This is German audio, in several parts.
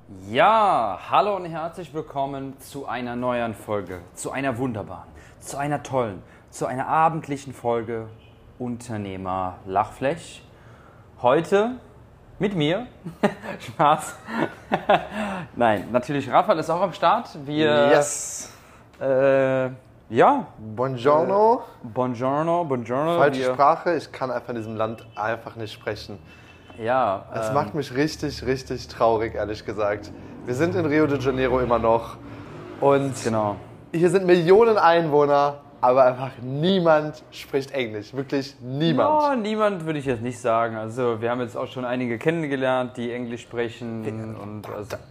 Ja, hallo und herzlich willkommen zu einer neuen Folge, zu einer wunderbaren, zu einer tollen, zu einer abendlichen Folge Unternehmer Lachflash. Heute mit mir, Spaß. Nein, natürlich Raphael ist auch am Start. Yes. Ja. Buongiorno. Buongiorno. Falsche Sprache, ich kann einfach in diesem Land einfach nicht sprechen. Ja. Es macht mich richtig, richtig traurig, ehrlich gesagt. Wir sind in Rio de Janeiro immer noch und Genau. hier sind Millionen Einwohner, aber einfach niemand spricht Englisch. Wirklich niemand. Ja, niemand würde ich jetzt nicht sagen. Also wir haben jetzt auch schon einige kennengelernt, die Englisch sprechen und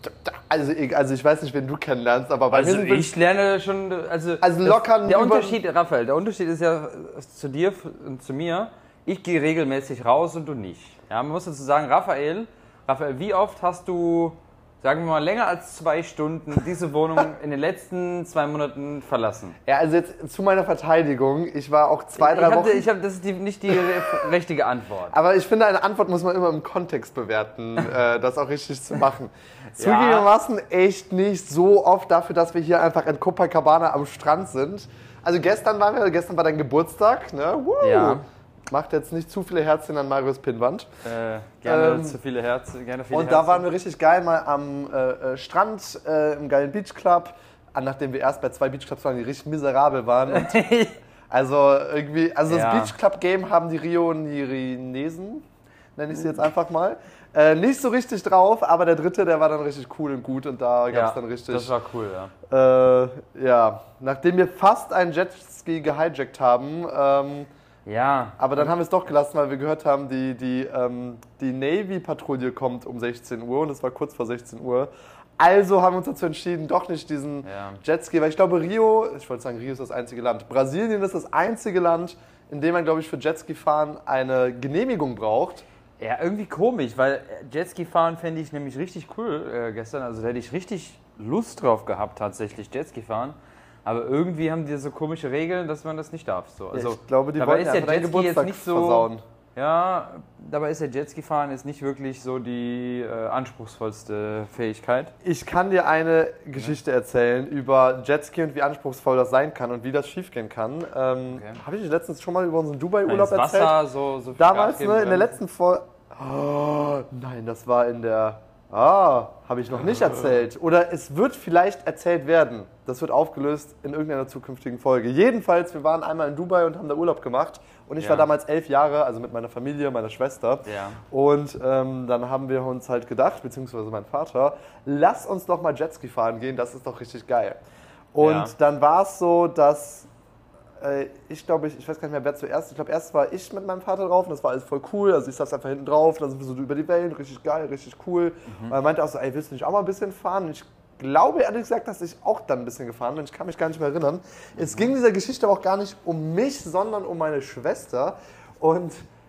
Also ich weiß nicht, wen du kennenlernst, aber bei mir sind ich lerne schon, also locker der Unterschied, Raphael, der Unterschied ist ja zu dir und zu mir, ich gehe regelmäßig raus und du nicht. Ja, man muss dazu sagen, Raphael, wie oft hast du, sagen wir mal, länger als 2 Stunden diese Wohnung in den letzten 2 Monaten verlassen? Ja, also jetzt zu meiner Verteidigung, ich war auch 2-3 Wochen... Das ist nicht die richtige Antwort. Aber ich finde, eine Antwort muss man immer im Kontext bewerten, das auch richtig zu machen. Zugegebenermaßen echt nicht so oft dafür, dass wir hier einfach in Copacabana am Strand sind. Also gestern war dein Geburtstag, ne? Ja. Macht jetzt nicht zu viele Herzchen an Marius Pinnwand. Gerne zu viele Herzen, gerne viele Und da waren wir richtig geil mal am Strand, im geilen Beachclub. Nachdem wir erst bei 2 Beachclubs waren, die richtig miserabel waren. Und also das Beachclub-Game haben die Rionesen, nenne ich sie jetzt einfach mal, nicht so richtig drauf, aber der dritte, der war dann richtig cool und gut und da gab es dann richtig... Das war cool, ja. Nachdem wir fast einen Jetski gehijackt haben, aber dann haben wir es doch gelassen, weil wir gehört haben, die Navy-Patrouille kommt um 16 Uhr und es war kurz vor 16 Uhr. Also haben wir uns dazu entschieden, doch nicht diesen Jetski, weil ich glaube Rio ist das einzige Land. Brasilien ist das einzige Land, in dem man, glaube ich, für Jetski-Fahren eine Genehmigung braucht. Ja, irgendwie komisch, weil Jetski fahren fände ich nämlich richtig cool gestern. Also da hätte ich richtig Lust drauf gehabt, tatsächlich Jetski fahren. Aber irgendwie haben die so komische Regeln, dass man das nicht darf. So. Also, ich glaube, die wollen ja deinen Geburtstag jetzt nicht so versauen. Ja, dabei ist ja Jetski fahren jetzt nicht wirklich so die anspruchsvollste Fähigkeit. Ich kann dir eine Geschichte erzählen über Jetski und wie anspruchsvoll das sein kann und wie das schiefgehen kann. Habe ich letztens schon mal über unseren Dubai-Urlaub erzählt? Wasser, so viel damals, in der letzten Folge. Oh, nein, das war in der... habe ich noch nicht erzählt. Oder es wird vielleicht erzählt werden. Das wird aufgelöst in irgendeiner zukünftigen Folge. Jedenfalls, wir waren einmal in Dubai und haben da Urlaub gemacht. Und ich war damals 11 Jahre, also mit meiner Familie, meiner Schwester. Ja. Und dann haben wir uns halt gedacht, beziehungsweise mein Vater, lass uns doch mal Jetski fahren gehen, das ist doch richtig geil. Und dann war es so, dass... ich weiß gar nicht mehr, wer zuerst. Ich glaube, erst war ich mit meinem Vater drauf und das war alles voll cool. Also ich saß einfach hinten drauf, dann sind wir so über die Wellen, richtig geil, richtig cool. Und er meinte auch so, ey, willst du nicht auch mal ein bisschen fahren? Und ich glaube ehrlich gesagt, dass ich auch dann ein bisschen gefahren bin. Ich kann mich gar nicht mehr erinnern. Es ging in dieser Geschichte aber auch gar nicht um mich, sondern um meine Schwester. Und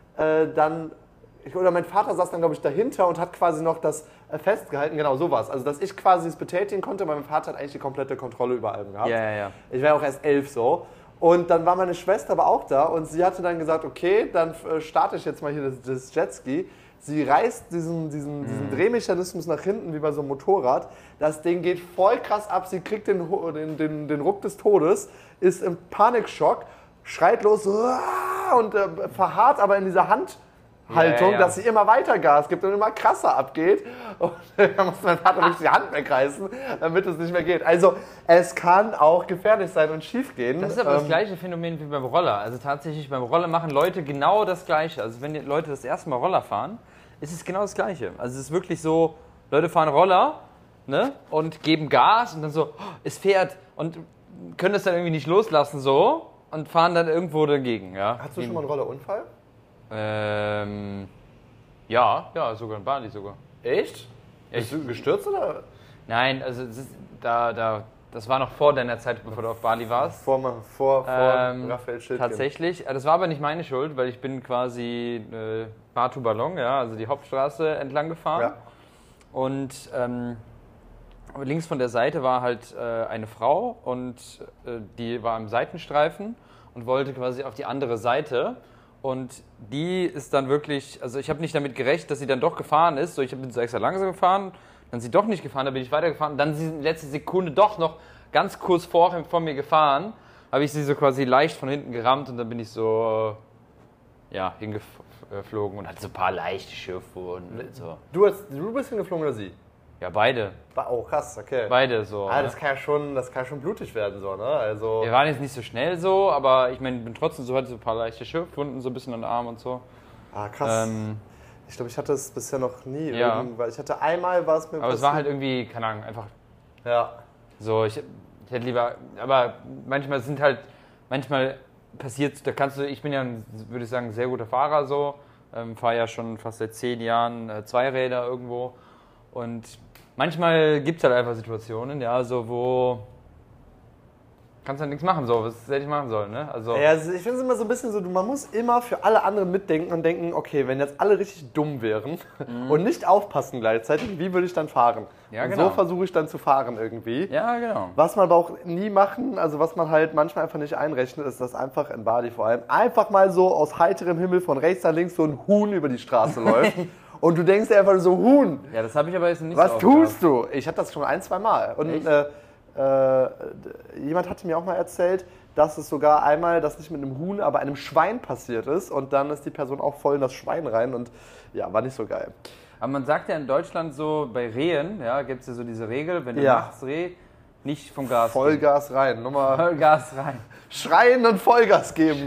mein Vater saß dann, glaube ich, dahinter und hat quasi noch das festgehalten. Genau, sowas. Also, dass ich quasi es betätigen konnte, weil mein Vater hat eigentlich die komplette Kontrolle über allem gehabt. Ja. Ich war ja auch erst 11 so. Und dann war meine Schwester aber auch da und sie hatte dann gesagt, okay, dann starte ich jetzt mal hier das Jetski. Sie reißt diesen Drehmechanismus nach hinten, wie bei so einem Motorrad. Das Ding geht voll krass ab, sie kriegt den Ruck des Todes, ist im Panikschock, schreit los und verharrt aber in dieser Handhaltung, dass sie immer weiter Gas gibt und immer krasser abgeht. Und da muss mein Vater wirklich die Hand wegreißen, damit es nicht mehr geht. Also es kann auch gefährlich sein und schief gehen. Das ist aber das gleiche Phänomen wie beim Roller. Also tatsächlich beim Roller machen Leute genau das Gleiche. Also wenn die Leute das erste Mal Roller fahren, ist es genau das Gleiche. Also es ist wirklich so, Leute fahren Roller, ne, und geben Gas und dann so, es fährt und können das dann irgendwie nicht loslassen so und fahren dann irgendwo dagegen. Ja. Hattest du schon mal einen Rollerunfall? Ja, sogar in Bali sogar. Echt? Bist du gestürzt oder? Nein, also das war noch vor deiner Zeit, bevor du auf Bali warst. Vor Raphael Schildgen. Tatsächlich. Das war aber nicht meine Schuld, weil ich bin quasi Batu Ballon, also die Hauptstraße entlang gefahren. Ja. Und links von der Seite war halt eine Frau und die war im Seitenstreifen und wollte quasi auf die andere Seite. Und die ist dann wirklich, also ich habe nicht damit gerechnet, dass sie dann doch gefahren ist. So, ich bin so extra langsam gefahren, dann ist sie doch nicht gefahren, dann bin ich weitergefahren. Dann ist sie in letzter Sekunde doch noch ganz kurz vor mir gefahren. Habe ich sie so quasi leicht von hinten gerammt und dann bin ich so hingeflogen und hatte so ein paar leichte Schiffwunden und so. Du bist hingeflogen oder sie? Ja, beide. Oh, krass, okay. Beide so. Ah, das kann ja schon blutig werden, so, ne? Also Wir waren jetzt nicht so schnell so, aber ich meine, bin trotzdem so, hatte so ein paar leichte Schiffwunden, so ein bisschen an den Arm und so. Ah, krass. Ich glaube, ich hatte es bisher noch nie. Ja. Weil ich hatte einmal was mit. Aber es war halt irgendwie, keine Ahnung, einfach Ja. so, ich hätte lieber, aber manchmal passiert, ich bin ja, würde ich sagen, ein sehr guter Fahrer so, fahre ja schon fast seit 10 Jahren Zweiräder irgendwo und manchmal gibt es halt einfach Situationen, ja, so wo kannst halt nichts machen, so, was hätte ich machen sollen, ne? Also, Ja, also ich finde es immer so ein bisschen so, man muss immer für alle anderen mitdenken und denken, okay, wenn jetzt alle richtig dumm wären und nicht aufpassen gleichzeitig, wie würde ich dann fahren? Ja, und genau. so versuche ich dann zu fahren irgendwie. Ja, genau. Was man aber auch nie machen, also was man halt manchmal einfach nicht einrechnet, ist, dass einfach in Bali vor allem einfach mal so aus heiterem Himmel von rechts nach links so ein Huhn über die Straße läuft. Und du denkst dir einfach so, Huhn, Ja, das habe ich aber jetzt nicht was so tust du? Ich hatte das schon 1-2 Mal. Und Echt? jemand hatte mir auch mal erzählt, dass es sogar einmal, das nicht mit einem Huhn, aber einem Schwein passiert ist. Und dann ist die Person auch voll in das Schwein rein. Und ja, war nicht so geil. Aber man sagt ja in Deutschland so, bei Rehen, ja, gibt es ja so diese Regel, wenn du Ja. nachts Reh, nicht vom Gas Vollgas rein. Nochmal geben. Vollgas rein. schreien und Vollgas geben.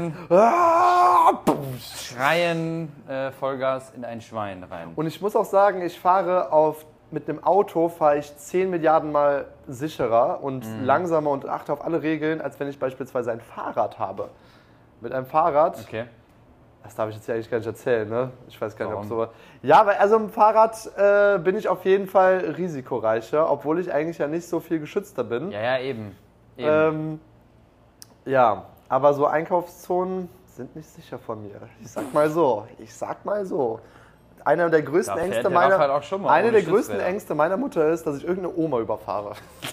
Schreien, Vollgas in ein Schwein rein. Und ich muss auch sagen, ich fahre mit einem Auto fahre ich 10 Milliarden Mal sicherer und langsamer und achte auf alle Regeln, als wenn ich beispielsweise ein Fahrrad habe. Mit einem Fahrrad, Okay. das darf ich jetzt hier eigentlich gar nicht erzählen, ne? Ich weiß gar nicht, ob Warum? so. Ja, weil also im Fahrrad bin ich auf jeden Fall risikoreicher, obwohl ich eigentlich ja nicht so viel geschützter bin. Ja, eben. Ja, aber so Einkaufszonen sind nicht sicher von mir. Ich sag mal so. Einer der größten Da fährt Ängste der meiner, Raphael auch schon mal eine ohne der größten Stützräder. Ängste meiner Mutter ist, dass ich irgendeine Oma überfahre.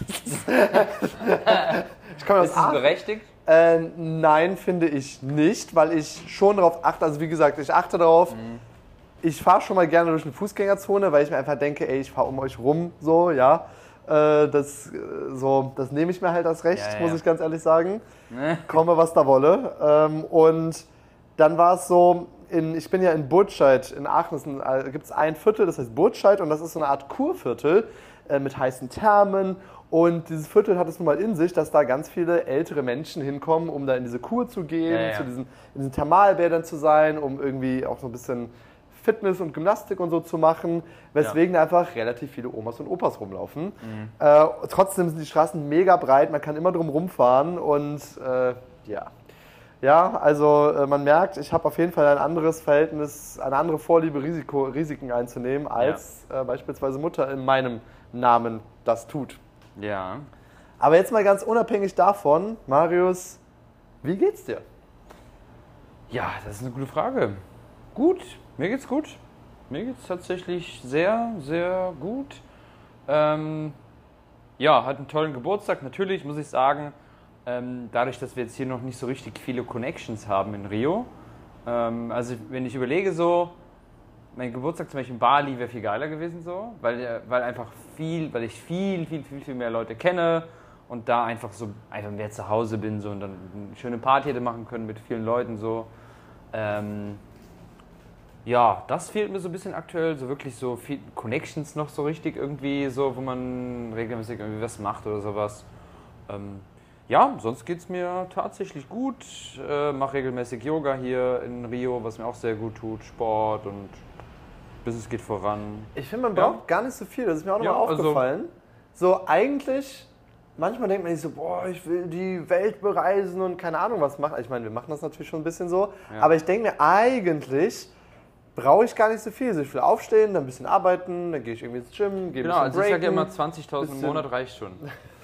Ich komme aus Ist es Aachen. berechtigt? Nein, finde ich nicht, weil ich schon darauf achte, also wie gesagt, ich achte darauf, ich fahre schon mal gerne durch eine Fußgängerzone, weil ich mir einfach denke, ey, ich fahre um euch rum, so, ja. Das nehme ich mir halt als Recht, Ja, ja. muss ich ganz ehrlich sagen. Komme, was da wolle. Und dann war es so, ich bin ja in Burtscheid, in Aachen gibt es ein Viertel, das heißt Burtscheid, und das ist so eine Art Kurviertel mit heißen Thermen. Und dieses Viertel hat es nun mal in sich, dass da ganz viele ältere Menschen hinkommen, um da in diese Kur zu gehen, Ja, ja. in diesen Thermalbädern zu sein, um irgendwie auch so ein bisschen Fitness und Gymnastik und so zu machen, weswegen da einfach relativ viele Omas und Opas rumlaufen. Trotzdem sind die Straßen mega breit, man kann immer drum rumfahren und ja. Ja, also man merkt, ich habe auf jeden Fall ein anderes Verhältnis, eine andere Vorliebe, Risiken einzunehmen, als beispielsweise Mutter in meinem Namen das tut. Ja. Aber jetzt mal ganz unabhängig davon, Marius, wie geht's dir? Ja, das ist eine gute Frage. Gut, mir geht's gut. Mir geht's tatsächlich sehr, sehr gut. Ja, hat einen tollen Geburtstag, natürlich, muss ich sagen. Dadurch, dass wir jetzt hier noch nicht so richtig viele Connections haben in Rio. Also wenn ich überlege so, mein Geburtstag zum Beispiel in Bali wäre viel geiler gewesen so, weil ich viel mehr Leute kenne und da einfach mehr zu Hause bin so und dann eine schöne Party hätte machen können mit vielen Leuten so. Ja, das fehlt mir so ein bisschen aktuell, so wirklich so viel Connections noch so richtig irgendwie so, wo man regelmäßig irgendwie was macht oder sowas. Ja, sonst geht es mir tatsächlich gut. Mache regelmäßig Yoga hier in Rio, was mir auch sehr gut tut. Sport und Business geht voran. Ich finde, man braucht gar nicht so viel, das ist mir auch nochmal Ja, aufgefallen. So eigentlich, manchmal denkt man sich so, boah, ich will die Welt bereisen und keine Ahnung was machen. Ich meine, wir machen das natürlich schon ein bisschen so, aber ich denke mir, eigentlich brauche ich gar nicht so viel. Also ich will aufstehen, dann ein bisschen arbeiten, dann gehe ich irgendwie ins Gym, gehe ein Genau, bisschen also ich sage ja immer breaken. 20.000 im Monat reicht schon.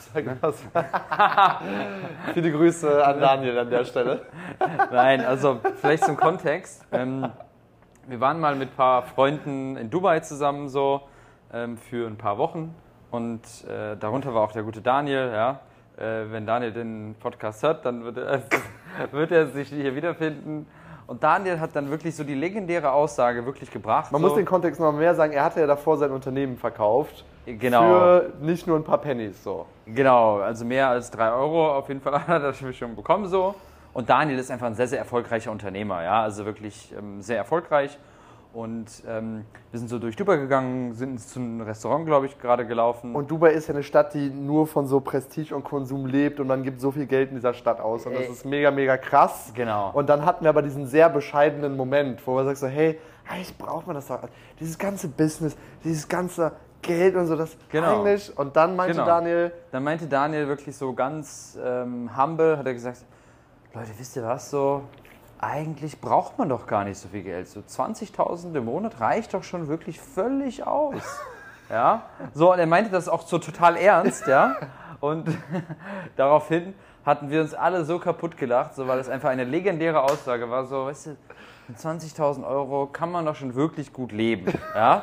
Viele Grüße an Daniel an der Stelle. Nein, also vielleicht zum Kontext. Wir waren mal mit ein paar Freunden in Dubai zusammen so für ein paar Wochen und darunter war auch der gute Daniel. Ja. Wenn Daniel den Podcast hört, dann wird er sich hier wiederfinden. Und Daniel hat dann wirklich so die legendäre Aussage wirklich gebracht. Man muss den Kontext noch mehr sagen, er hatte ja davor sein Unternehmen verkauft. Genau. Für nicht nur ein paar Pennies so. Genau, also mehr als 3 Euro auf jeden Fall hat er schon bekommen so. Und Daniel ist einfach ein sehr, sehr erfolgreicher Unternehmer, ja, also wirklich sehr erfolgreich. Und wir sind so durch Dubai gegangen, sind zu einem Restaurant, glaube ich, gerade gelaufen. Und Dubai ist ja eine Stadt, die nur von so Prestige und Konsum lebt und man gibt so viel Geld in dieser Stadt aus. Und das ist mega, mega krass. Genau. Und dann hatten wir aber diesen sehr bescheidenen Moment, wo wir sagen so, hey, eigentlich braucht man das doch. Dieses ganze Business, dieses ganze Geld und so, das eigentlich. Und dann meinte Daniel... Dann meinte Daniel wirklich so ganz humble, hat er gesagt, Leute, wisst ihr was, so... Eigentlich braucht man doch gar nicht so viel Geld. So 20.000 im Monat reicht doch schon wirklich völlig aus. Ja? So, und er meinte das auch so total ernst, ja. Und daraufhin hatten wir uns alle so kaputt gelacht, so, weil es einfach eine legendäre Aussage war. So, weißt du, mit 20.000 Euro kann man doch schon wirklich gut leben. Ja?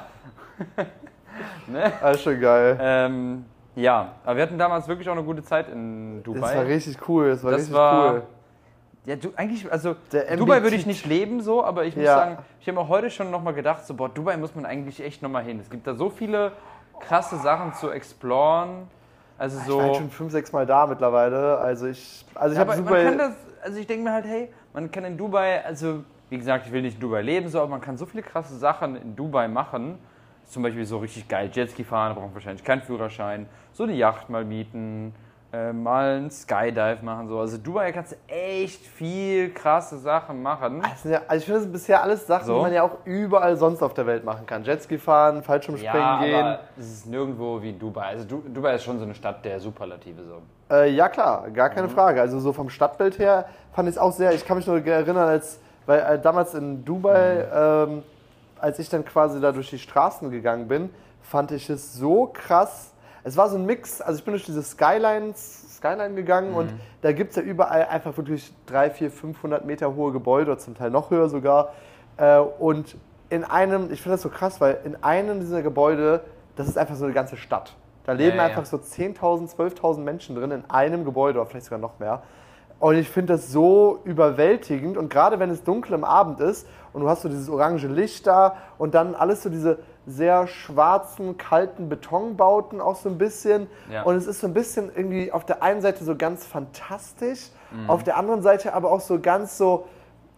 Ne? Das ist schon geil. Ja, aber wir hatten damals wirklich auch eine gute Zeit in Dubai. Das war richtig cool. Das war richtig cool. Ja, eigentlich, also Dubai würde ich nicht leben so, aber ich muss sagen, ich habe mir heute schon nochmal gedacht, so, boah, Dubai muss man eigentlich echt nochmal hin. Es gibt da so viele krasse Sachen zu exploren. Also so. Ich war schon 5, 6 Mal da mittlerweile. Also ich habe super. Also ich denke mir halt, hey, man kann in Dubai, also wie gesagt, ich will nicht in Dubai leben, so, aber man kann so viele krasse Sachen in Dubai machen. Zum Beispiel so richtig geil Jetski fahren, da braucht man wahrscheinlich keinen Führerschein. So eine Yacht mal mieten. Mal einen Skydive machen. So. Also Dubai kannst du echt viel krasse Sachen machen. Also ich finde, das sind bisher alles Sachen, die man ja auch überall sonst auf der Welt machen kann. Jetski fahren, Fallschirmspringen gehen. Aber es ist nirgendwo wie Dubai. Also Dubai ist schon so eine Stadt der Superlative. So. Ja klar, gar keine Frage. Also so vom Stadtbild her fand ich es auch sehr, ich kann mich nur erinnern, weil damals in Dubai, als ich dann quasi da durch die Straßen gegangen bin, fand ich es so krass. Es war so ein Mix, also ich bin durch diese Skyline gegangen und da gibt es ja überall einfach wirklich 300, 400, 500 Meter hohe Gebäude, zum Teil noch höher sogar. Und in einem, ich finde das so krass, weil in einem dieser Gebäude, das ist einfach so eine ganze Stadt. Da leben einfach so 10.000, 12.000 Menschen drin in einem Gebäude oder vielleicht sogar noch mehr. Und ich finde das so überwältigend und gerade wenn es dunkel am Abend ist und du hast so dieses orange Licht da und dann alles so diese sehr schwarzen, kalten Betonbauten auch so ein bisschen. Ja. Und es ist so ein bisschen irgendwie auf der einen Seite so ganz fantastisch, auf der anderen Seite aber auch so ganz so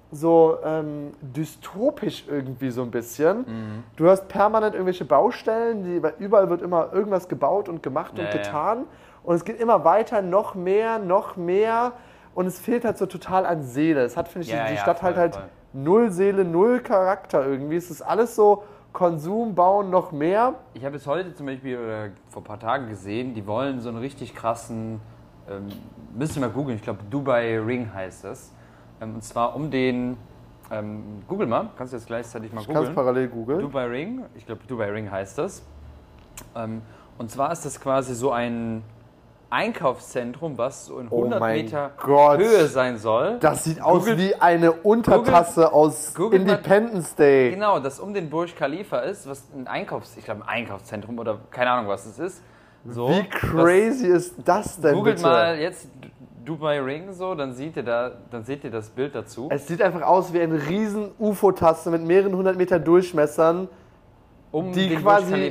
dystopisch irgendwie so ein bisschen. Du hast permanent irgendwelche Baustellen, überall wird immer irgendwas gebaut und gemacht und getan. Und es geht immer weiter, noch mehr. Und es fehlt halt so total an Seele. Es hat, finde ich, die Stadt voll. halt null Seele, null Charakter irgendwie. Es ist alles so Konsum, Bauen, noch mehr. Ich habe es heute zum Beispiel vor ein paar Tagen gesehen, die wollen so einen richtig krassen, müsst ihr mal googeln, ich glaube Dubai Ring heißt das. Und zwar um den, google mal, kannst du jetzt gleichzeitig mal googeln. Ich kann es parallel googeln. Dubai Ring, ich glaube Dubai Ring heißt das. Und zwar ist das quasi so ein Einkaufszentrum, was so in 100 Meter Höhe sein soll. Das sieht aus wie eine Untertasse aus Independence Day. Genau, das um den Burj Khalifa ist, was ein Einkaufszentrum oder keine Ahnung, was es ist. So, wie crazy ist das denn googelt bitte? Mal jetzt Dubai Ring so, dann seht ihr das Bild dazu. Es sieht einfach aus wie eine riesen UFO-Tasse mit mehreren 100 Meter Durchmessern. Die quasi,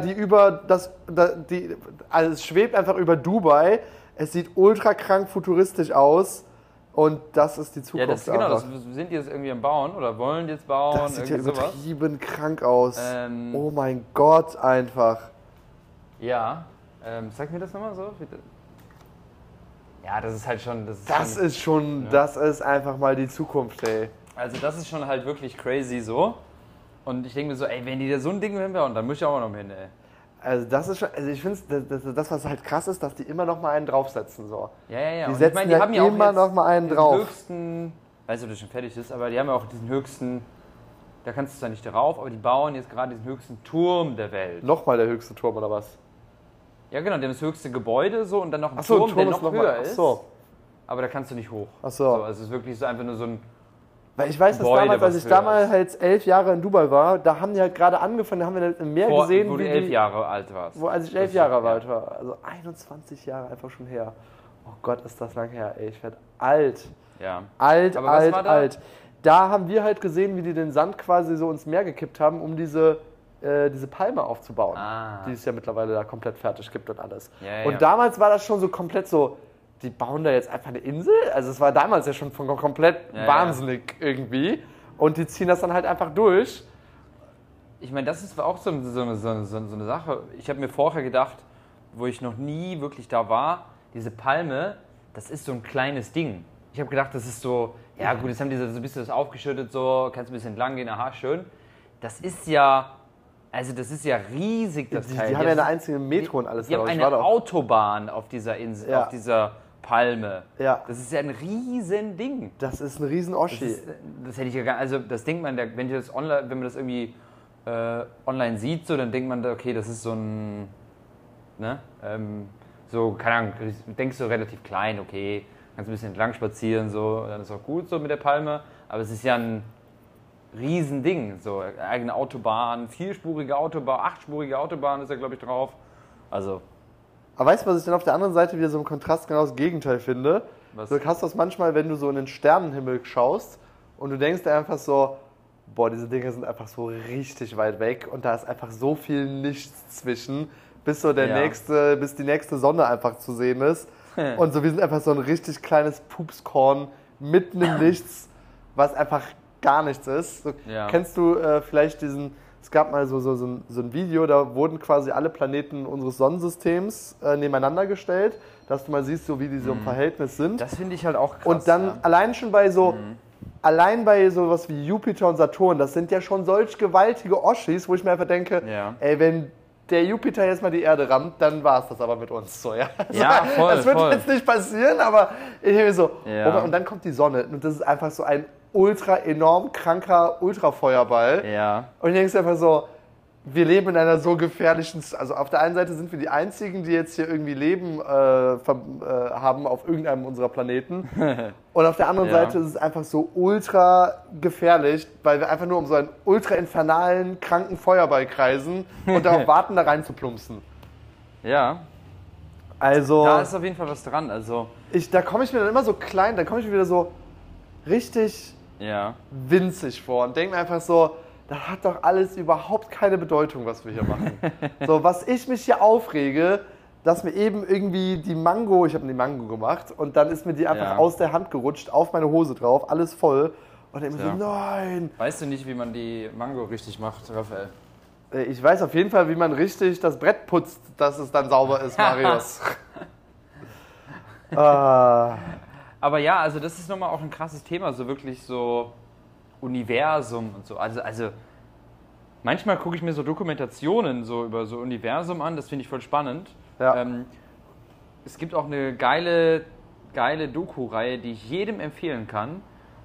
also es schwebt einfach über Dubai. Es sieht ultra krank futuristisch aus und das ist die Zukunft. Ja, das sind die jetzt irgendwie am Bauen oder wollen die jetzt bauen? Das sieht ja übertrieben krank aus. Oh mein Gott, einfach. Ja, zeig mir das nochmal so, bitte. Ja, das ist halt schon... Das ist einfach mal die Zukunft, ey. Also das ist schon halt wirklich crazy so. Und ich denke mir so, ey, wenn die da so ein Ding hinbauen, dann muss ich auch noch hin, ey. Also das ist schon, also ich finde, das was halt krass ist, dass die immer noch mal einen draufsetzen, so. Ja. Die setzen die haben ja immer noch mal einen drauf. Höchsten, weiß nicht, ob das schon fertig ist, aber die haben ja auch diesen höchsten, da kannst du zwar nicht drauf, aber die bauen jetzt gerade diesen höchsten Turm der Welt. Nochmal der höchste Turm, oder was? Ja genau, die haben das höchste Gebäude so und dann noch einen Turm, der noch höher ist. Aber da kannst du nicht hoch. Ach so. Also es ist wirklich so einfach nur so ein... Weil ich weiß, dass damals, als ich damals halt 11 Jahre in Dubai war, da haben die halt gerade angefangen, da haben wir im Meer gesehen, wo du 11 Jahre alt warst. Als ich 11 Jahre alt war. Also 21 Jahre einfach schon her. Oh Gott, ist das lang her, ey. Ich werde alt. Ja. Alt. da haben wir halt gesehen, wie die den Sand quasi so ins Meer gekippt haben, um diese Palme aufzubauen, die es ja mittlerweile da komplett fertig gibt und alles. Ja, und damals war das schon so komplett so, die bauen da jetzt einfach eine Insel? Also es war damals ja schon komplett wahnsinnig irgendwie. Und die ziehen das dann halt einfach durch. Ich meine, das ist auch so eine Sache. Ich habe mir vorher gedacht, wo ich noch nie wirklich da war, diese Palme, das ist so ein kleines Ding. Ich habe gedacht, das ist so, ja gut, jetzt haben die so ein bisschen das aufgeschüttet, so, kannst ein bisschen entlang gehen, aha, schön. Das ist ja riesig, das Teil. Die haben ja eine einzige Metro und alles. Die haben eine Autobahn auf dieser Insel, auf dieser Palme. Ja. Das ist ja ein riesen Ding. Das ist ein riesen Oschi. Das hätte ich ja gar nicht, also das denkt man, wenn man das irgendwie online sieht, so, dann denkt man, okay, das ist so ein, ne, so, keine Ahnung, denkst du relativ klein, okay, kannst ein bisschen entlang spazieren, so, dann ist auch gut so mit der Palme, aber es ist ja ein Riesending, so, eigene Autobahn, 4-spurige Autobahn, 8-spurige Autobahn ist ja, glaube ich, drauf, also. Aber weißt du, was ich dann auf der anderen Seite wieder so im Kontrast genau das Gegenteil finde? Was? Du hast das manchmal, wenn du so in den Sternenhimmel schaust und du denkst dir einfach so, boah, diese Dinge sind einfach so richtig weit weg und da ist einfach so viel Nichts zwischen, bis so bis die nächste Sonne einfach zu sehen ist. Und so, wir sind einfach so ein richtig kleines Pupskorn mitten im Nichts, was einfach gar nichts ist. So, kennst du vielleicht es gab mal so ein Video, da wurden quasi alle Planeten unseres Sonnensystems nebeneinander gestellt, dass du mal siehst, so wie die so im Verhältnis sind. Das finde ich halt auch krass. Und dann allein bei sowas wie Jupiter und Saturn, das sind ja schon solch gewaltige Oschis, wo ich mir einfach denke, ey, wenn der Jupiter jetzt mal die Erde rammt, dann war es das aber mit uns so, ja. Also, Voll, das wird jetzt nicht passieren, aber ich denke mir so, und dann kommt die Sonne und das ist einfach so ein ultra enorm kranker Ultrafeuerball. Ja. Und ich denke einfach so, wir leben in einer so gefährlichen, also auf der einen Seite sind wir die Einzigen, die jetzt hier irgendwie Leben haben auf irgendeinem unserer Planeten. Und auf der anderen Seite ist es einfach so ultra gefährlich, weil wir einfach nur um so einen ultra infernalen, kranken Feuerball kreisen und darauf warten, da rein zu plumpsen. Ja. Also. Da ist auf jeden Fall was dran. Also. Da komme ich mir dann immer so klein, da komme ich mir wieder so richtig winzig vor und denke mir einfach so, das hat doch alles überhaupt keine Bedeutung, was wir hier machen. So, was ich mich hier aufrege, dass mir eben irgendwie ich habe die Mango gemacht und dann ist mir die einfach aus der Hand gerutscht, auf meine Hose drauf, alles voll. Und dann so, nein. Weißt du nicht, wie man die Mango richtig macht, Raphael? Ich weiß auf jeden Fall, wie man richtig das Brett putzt, dass es dann sauber ist, Marius. Aber ja, also das ist nochmal auch ein krasses Thema, so wirklich so Universum und so. Also manchmal gucke ich mir so Dokumentationen so über so Universum an, das finde ich voll spannend. Ja. Es gibt auch eine geile Doku-Reihe, die ich jedem empfehlen kann.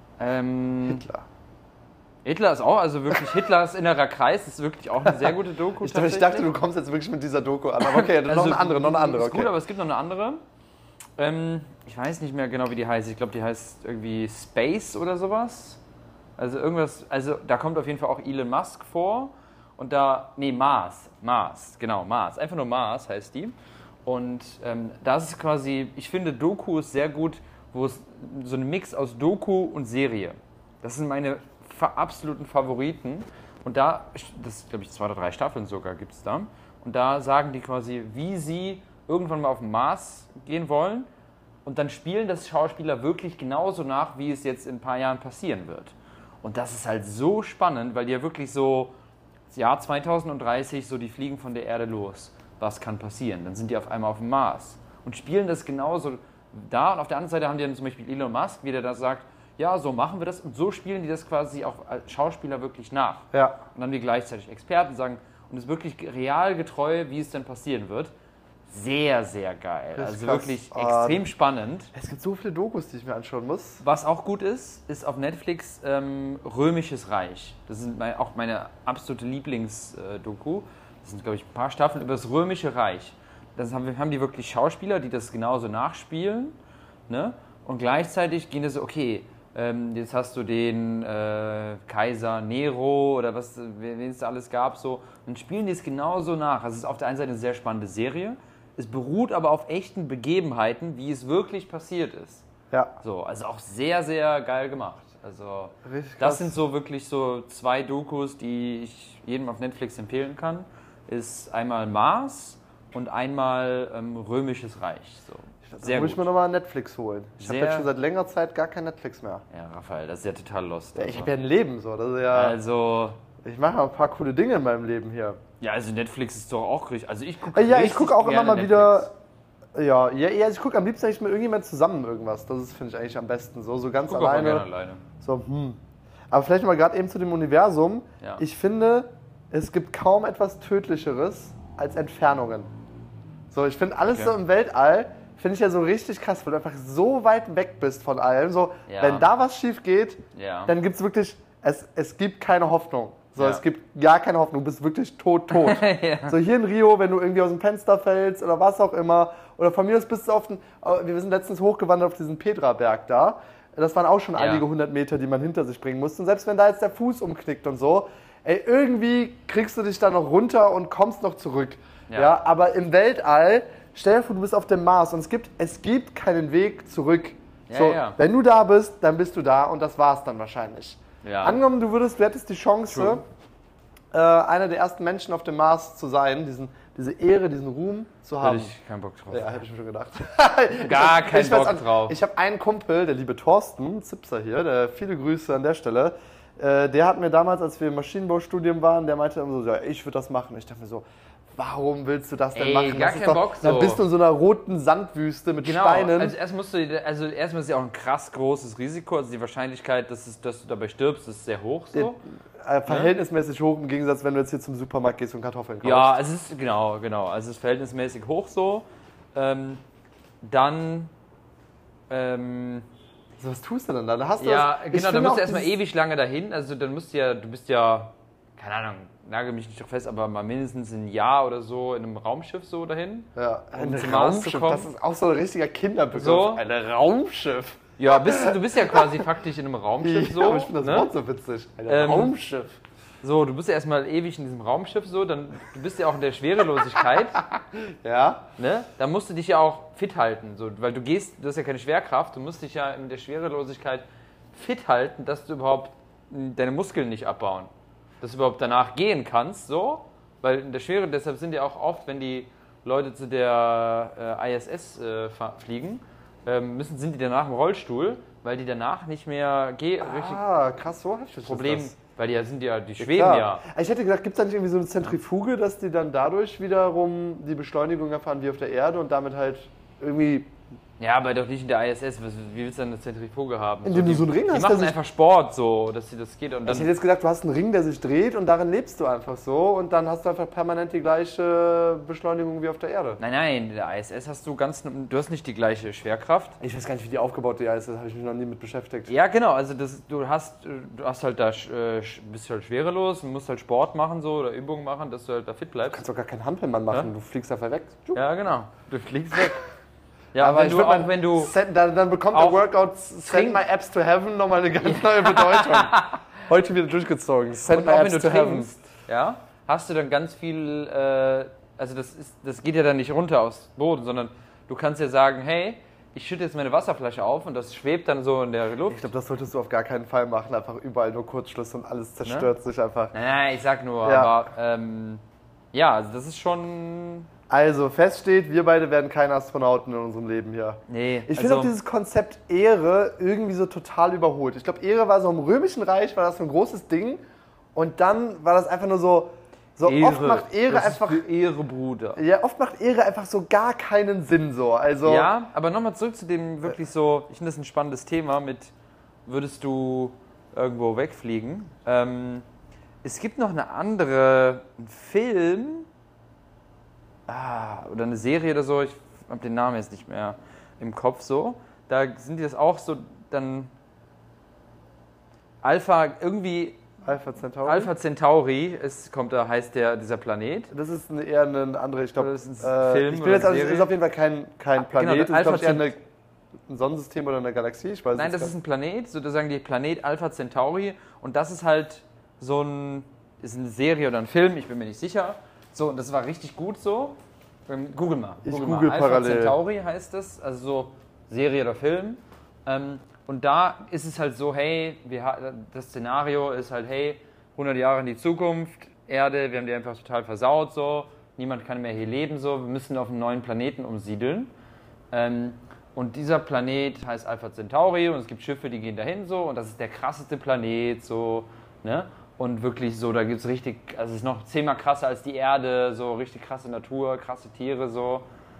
Hitler ist auch, also wirklich Hitlers innerer Kreis ist wirklich auch eine sehr gute Doku. Ich dachte, du kommst jetzt wirklich mit dieser Doku an, aber okay, also, noch eine andere. Ist gut, aber es gibt noch eine andere. Ich weiß nicht mehr genau, wie die heißt. Ich glaube, die heißt irgendwie Space oder sowas. Also irgendwas, also da kommt auf jeden Fall auch Elon Musk vor. Und Mars. Einfach nur Mars heißt die. Und das ist quasi, ich finde Doku ist sehr gut, wo es so ein Mix aus Doku und Serie. Das sind meine absoluten Favoriten. Und das glaube ich 2 oder 3 Staffeln sogar gibt es da. Und da sagen die quasi, wie sie irgendwann mal auf den Mars gehen wollen. Und dann spielen das Schauspieler wirklich genauso nach, wie es jetzt in ein paar Jahren passieren wird. Und das ist halt so spannend, weil die ja wirklich so, das Jahr 2030, so die fliegen von der Erde los. Was kann passieren? Dann sind die auf einmal auf dem Mars und spielen das genauso da. Und auf der anderen Seite haben die dann zum Beispiel Elon Musk, wie der da sagt, ja, so machen wir das. Und so spielen die das quasi auch als Schauspieler wirklich nach. Ja. Und dann haben die gleichzeitig Experten, sagen, und es ist wirklich realgetreu, wie es denn passieren wird. Sehr, sehr geil. Also krass. Wirklich extrem spannend. Es gibt so viele Dokus, die ich mir anschauen muss. Was auch gut ist auf Netflix Römisches Reich. Das ist auch meine absolute Lieblingsdoku. Das sind, glaube ich, ein paar Staffeln über das Römische Reich. Das haben die wirklich Schauspieler, die das genauso nachspielen. Ne? Und gleichzeitig gehen das so, okay, jetzt hast du den Kaiser Nero oder wen es da alles gab. So. Dann spielen die es genauso nach. Also es ist auf der einen Seite eine sehr spannende Serie. Es beruht aber auf echten Begebenheiten, wie es wirklich passiert ist. Ja. So, also auch sehr, sehr geil gemacht. Also Richtig das krass. sind so wirklich so 2 Dokus, die ich jedem auf Netflix empfehlen kann. Ist einmal Mars und einmal Römisches Reich. So. Da muss ich mir nochmal Netflix holen. Ich habe Sehr- jetzt schon seit längerer Zeit gar kein Netflix mehr. Ja, Raphael, das ist ja total lost. Ja, ich habe ja ein Leben so. Das ist ja, Also, ich mache ja ein paar coole Dinge in meinem Leben hier. ja, also Netflix ist doch auch richtig. Also ich gucke Ja, ich gucke auch immer mal Netflix. wieder. Ja, ich gucke am liebsten eigentlich mit irgendjemand zusammen irgendwas. Das ist, finde ich, eigentlich am besten. So Ich ganz gucke auch mal alleine. gerne alleine. So, Aber vielleicht mal gerade eben zu dem Universum. Ja. Ich finde, es gibt kaum etwas Tödlicheres als Entfernungen. So, ich finde alles Okay. so im Weltall, finde ich ja so richtig krass, weil du einfach so weit weg bist von allem. So, Ja. wenn da was schief geht, Ja. dann gibt es wirklich, es gibt keine Hoffnung. So, Ja. es gibt gar keine Hoffnung, du bist wirklich tot. Ja. So hier in Rio, wenn du irgendwie aus dem Fenster fällst oder was auch immer, oder von mir aus bist du wir sind letztens hochgewandert auf diesen Petra-Berg da. Das waren auch schon Ja. einige 100 Meter, die man hinter sich bringen musste. Und selbst wenn da jetzt der Fuß umknickt und so, ey, irgendwie kriegst du dich da noch runter und kommst noch zurück. Ja. Ja, aber im Weltall, stell dir vor, du bist auf dem Mars und es gibt keinen Weg zurück. Ja, So, ja. wenn du da bist, dann bist du da und das war's dann wahrscheinlich. Ja. Angenommen, du hättest die Chance, True. einer der ersten Menschen auf dem Mars zu sein, diese Ehre, diesen Ruhm zu haben. Hätte ich keinen Bock drauf. Ja, hätte ich mir schon gedacht. Gar keinen Bock drauf. Ich habe einen Kumpel, der liebe Thorsten Zipser hier, viele Grüße an der Stelle. Der hat mir damals, als wir im Maschinenbaustudium waren, der meinte immer so, ja, ich würde das machen. Ich dachte mir so, warum willst du das denn Ey, machen? gar Das ist keinen doch, Bock Dann so. bist du in so einer roten Sandwüste mit Genau, Steinen. also erstmal ist ja auch ein krass großes Risiko. Also die Wahrscheinlichkeit, dass du dabei stirbst, ist sehr hoch so. Verhältnismäßig hoch im Gegensatz, wenn du jetzt hier zum Supermarkt gehst und Kartoffeln kaufst. Ja, es ist genau. Also es ist verhältnismäßig hoch so. Dann So, was tust du denn da? Da hast du ja, das, genau, finde dann musst auch du erstmal dieses- ewig lange dahin. Also dann du bist ja, keine Ahnung, nagel mich nicht drauf fest, aber mal mindestens ein Jahr oder so in einem Raumschiff so dahin. Ja, ein zum Mars zu Raumschiff, kommen. das ist auch so ein richtiger Kinderbegriff. So. Ein Raumschiff. Ja, du bist ja quasi faktisch in einem Raumschiff so. aber ich finde das ne? Wort so witzig. Ein Raumschiff. So, du bist ja erstmal ewig in diesem Raumschiff so, du bist ja auch in der Schwerelosigkeit, Ja. ne? Da musst du dich ja auch fit halten, so, weil du hast ja keine Schwerkraft, du musst dich ja in der Schwerelosigkeit fit halten, dass du überhaupt deine Muskeln nicht abbauen, dass du überhaupt danach gehen kannst, so, weil in der Schwere, deshalb sind ja auch oft, wenn die Leute zu der ISS fliegen, sind die danach im Rollstuhl, weil die danach nicht mehr richtig Krass, so heftig ist Problem, das. weil die schweben Klar. ja. Ich hätte gedacht, gibt es da nicht irgendwie so eine Zentrifuge, dass die dann dadurch wiederum die Beschleunigung erfahren wie auf der Erde und damit halt irgendwie... Ja, aber doch nicht in der ISS. Wie willst du denn eine Zentrifuge haben? Indem du so einen Ring die hast, der machen sich- einfach Sport so, dass das geht. Und Ich dann, hätte jetzt gedacht, du hast einen Ring, der sich dreht und darin lebst du einfach so und dann hast du einfach permanent die gleiche Beschleunigung wie auf der Erde. nein, in der ISS hast du du hast nicht die gleiche Schwerkraft. Ich weiß gar nicht, wie die aufgebaut ist, das habe ich mich noch nie mit beschäftigt. Ja, genau. Also du hast halt da, bist halt schwerelos und musst halt Sport machen so oder Übungen machen, dass du halt da fit Du bleibst. kannst doch gar keinen Hampelmann machen, Ja? du fliegst einfach weg. Ja, genau. Du fliegst weg. Ja, Aber wenn du dann bekommt auch der Workout Send My Apps to Heaven nochmal eine ganz neue Bedeutung. Heute wieder durchgezogen. Send und My auch Apps wenn du to Heaven. trinkst, ja, hast du dann ganz viel, also das geht ja dann nicht runter aufs Boden, sondern du kannst ja sagen, hey, ich schütte jetzt meine Wasserflasche auf und das schwebt dann so in der Luft. Ich glaube, das solltest du auf gar keinen Fall machen. Einfach überall nur Kurzschluss und alles zerstört sich einfach. Nein, ich sag nur, Ja. aber ja, also das ist schon, Also, feststeht, wir beide werden keine Astronauten in unserem Leben hier. nee. Ich finde auch dieses Konzept Ehre irgendwie so total überholt. Ich glaube, Ehre war so im Römischen Reich, war das so ein großes Ding. Und dann war das einfach nur so oft macht Ehre das einfach... ist für Ehre, Bruder. Ja, oft macht Ehre einfach so gar keinen Sinn so. Also, Ja, aber nochmal zurück zu dem wirklich so, ich finde das ein spannendes Thema mit, würdest du irgendwo wegfliegen? Es gibt noch einen Film, oder eine Serie oder so, ich habe den Namen jetzt nicht mehr im Kopf so, da sind die das auch so, dann Alpha Alpha Centauri. heißt dieser Planet. Das ist eher eine andere, ich glaube, Oder ist es ein Film ich oder bin jetzt, eine also, es Serie? ist auf jeden Fall kein Planet, Genau, das ist, Alpha glaube ich, eher ein Sonnensystem oder eine Galaxie, ich weiß Nein, es das gar ist ein Planet, sozusagen die Planet Alpha Centauri und das ist halt ist eine Serie oder ein Film, ich bin mir nicht sicher. So, und das war richtig gut so. Google mal. Ich mal. google Alpha parallel. Centauri heißt das, also so Serie oder Film. Und da ist es halt so, hey, das Szenario ist halt, hey, 100 Jahre in die Zukunft, Erde, wir haben die einfach total versaut, so. Niemand kann mehr hier leben, so. Wir müssen auf einen neuen Planeten umsiedeln. Und dieser Planet heißt Alpha Centauri und es gibt Schiffe, die gehen dahin, so. Und das ist der krasseste Planet, so, ne? Und wirklich so, da gibt es richtig, also es ist noch 10-mal krasser als die Erde, so richtig krasse Natur, krasse Tiere, so.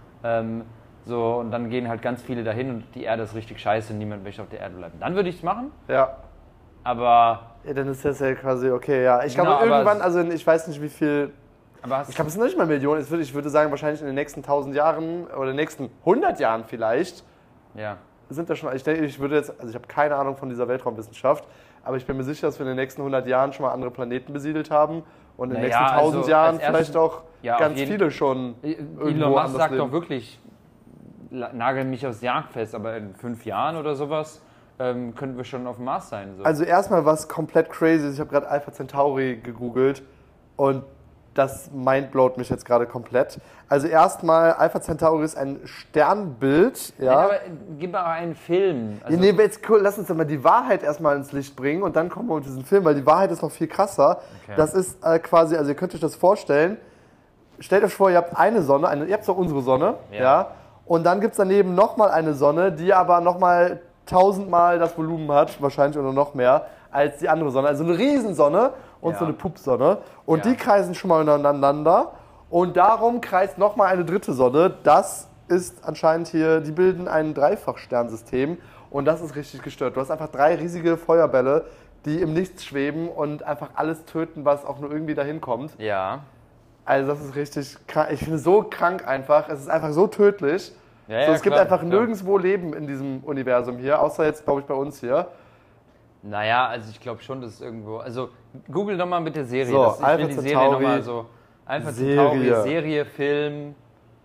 So, und dann gehen halt ganz viele dahin und die Erde ist richtig scheiße und niemand möchte auf der Erde bleiben. Dann würde ich es machen. Ja. Aber. Ja, dann ist das ja quasi okay, ja. Ich Genau, glaube, irgendwann, also ich weiß nicht, wie viel. Aber Ich glaube, es sind noch nicht mal Millionen. Ich würde sagen, wahrscheinlich in den nächsten 1000 Jahren oder den nächsten 100 Jahren vielleicht. Ja. Sind da schon. Ich denke, ich würde jetzt. Also, ich habe keine Ahnung von dieser Weltraumwissenschaft, aber ich bin mir sicher, dass wir in den nächsten 100 Jahren schon mal andere Planeten besiedelt haben und in den nächsten 1000 Jahren vielleicht auch ganz viele schon. Elon Musk sagt doch wirklich, nagel mich aufs Jagdfest, aber in 5 Jahren oder sowas könnten wir schon auf dem Mars sein. So. Also erstmal was komplett crazy ist, ich habe gerade Alpha Centauri gegoogelt und das mindblowt mich jetzt gerade komplett. Also erstmal, Alpha Centauri ist ein Sternbild. Ja. Nein, aber gib mal einen Film. Also nee, jetzt cool, lass uns doch mal die Wahrheit erstmal ins Licht bringen und dann kommen wir mit diesem Film, weil die Wahrheit ist noch viel krasser. Okay. Das ist quasi, also ihr könnt euch das vorstellen, stellt euch vor, ihr habt eine Sonne, ihr habt doch unsere Sonne, ja. Und dann gibt es daneben nochmal eine Sonne, die aber nochmal 1000-mal das Volumen hat, wahrscheinlich oder noch mehr, als die andere Sonne. Also eine Riesensonne und so eine Pupssonne. Und die kreisen schon mal untereinander. Und darum kreist nochmal eine dritte Sonne. Das ist anscheinend hier, die bilden ein Dreifachsternsystem. Und das ist richtig gestört. Du hast einfach 3 riesige Feuerbälle, die im Nichts schweben und einfach alles töten, was auch nur irgendwie dahin kommt. Ja. Also das ist richtig krank. Ich finde es so krank einfach. Es ist einfach so tödlich. Ja, so, es gibt einfach nirgendwo Leben in diesem Universum hier, außer jetzt, glaube ich, bei uns hier. Naja, also ich glaube schon, dass es irgendwo... Also google doch mal mit der Serie. So, ich will die Serie nochmal so... Alpha Centauri, Serie, Film...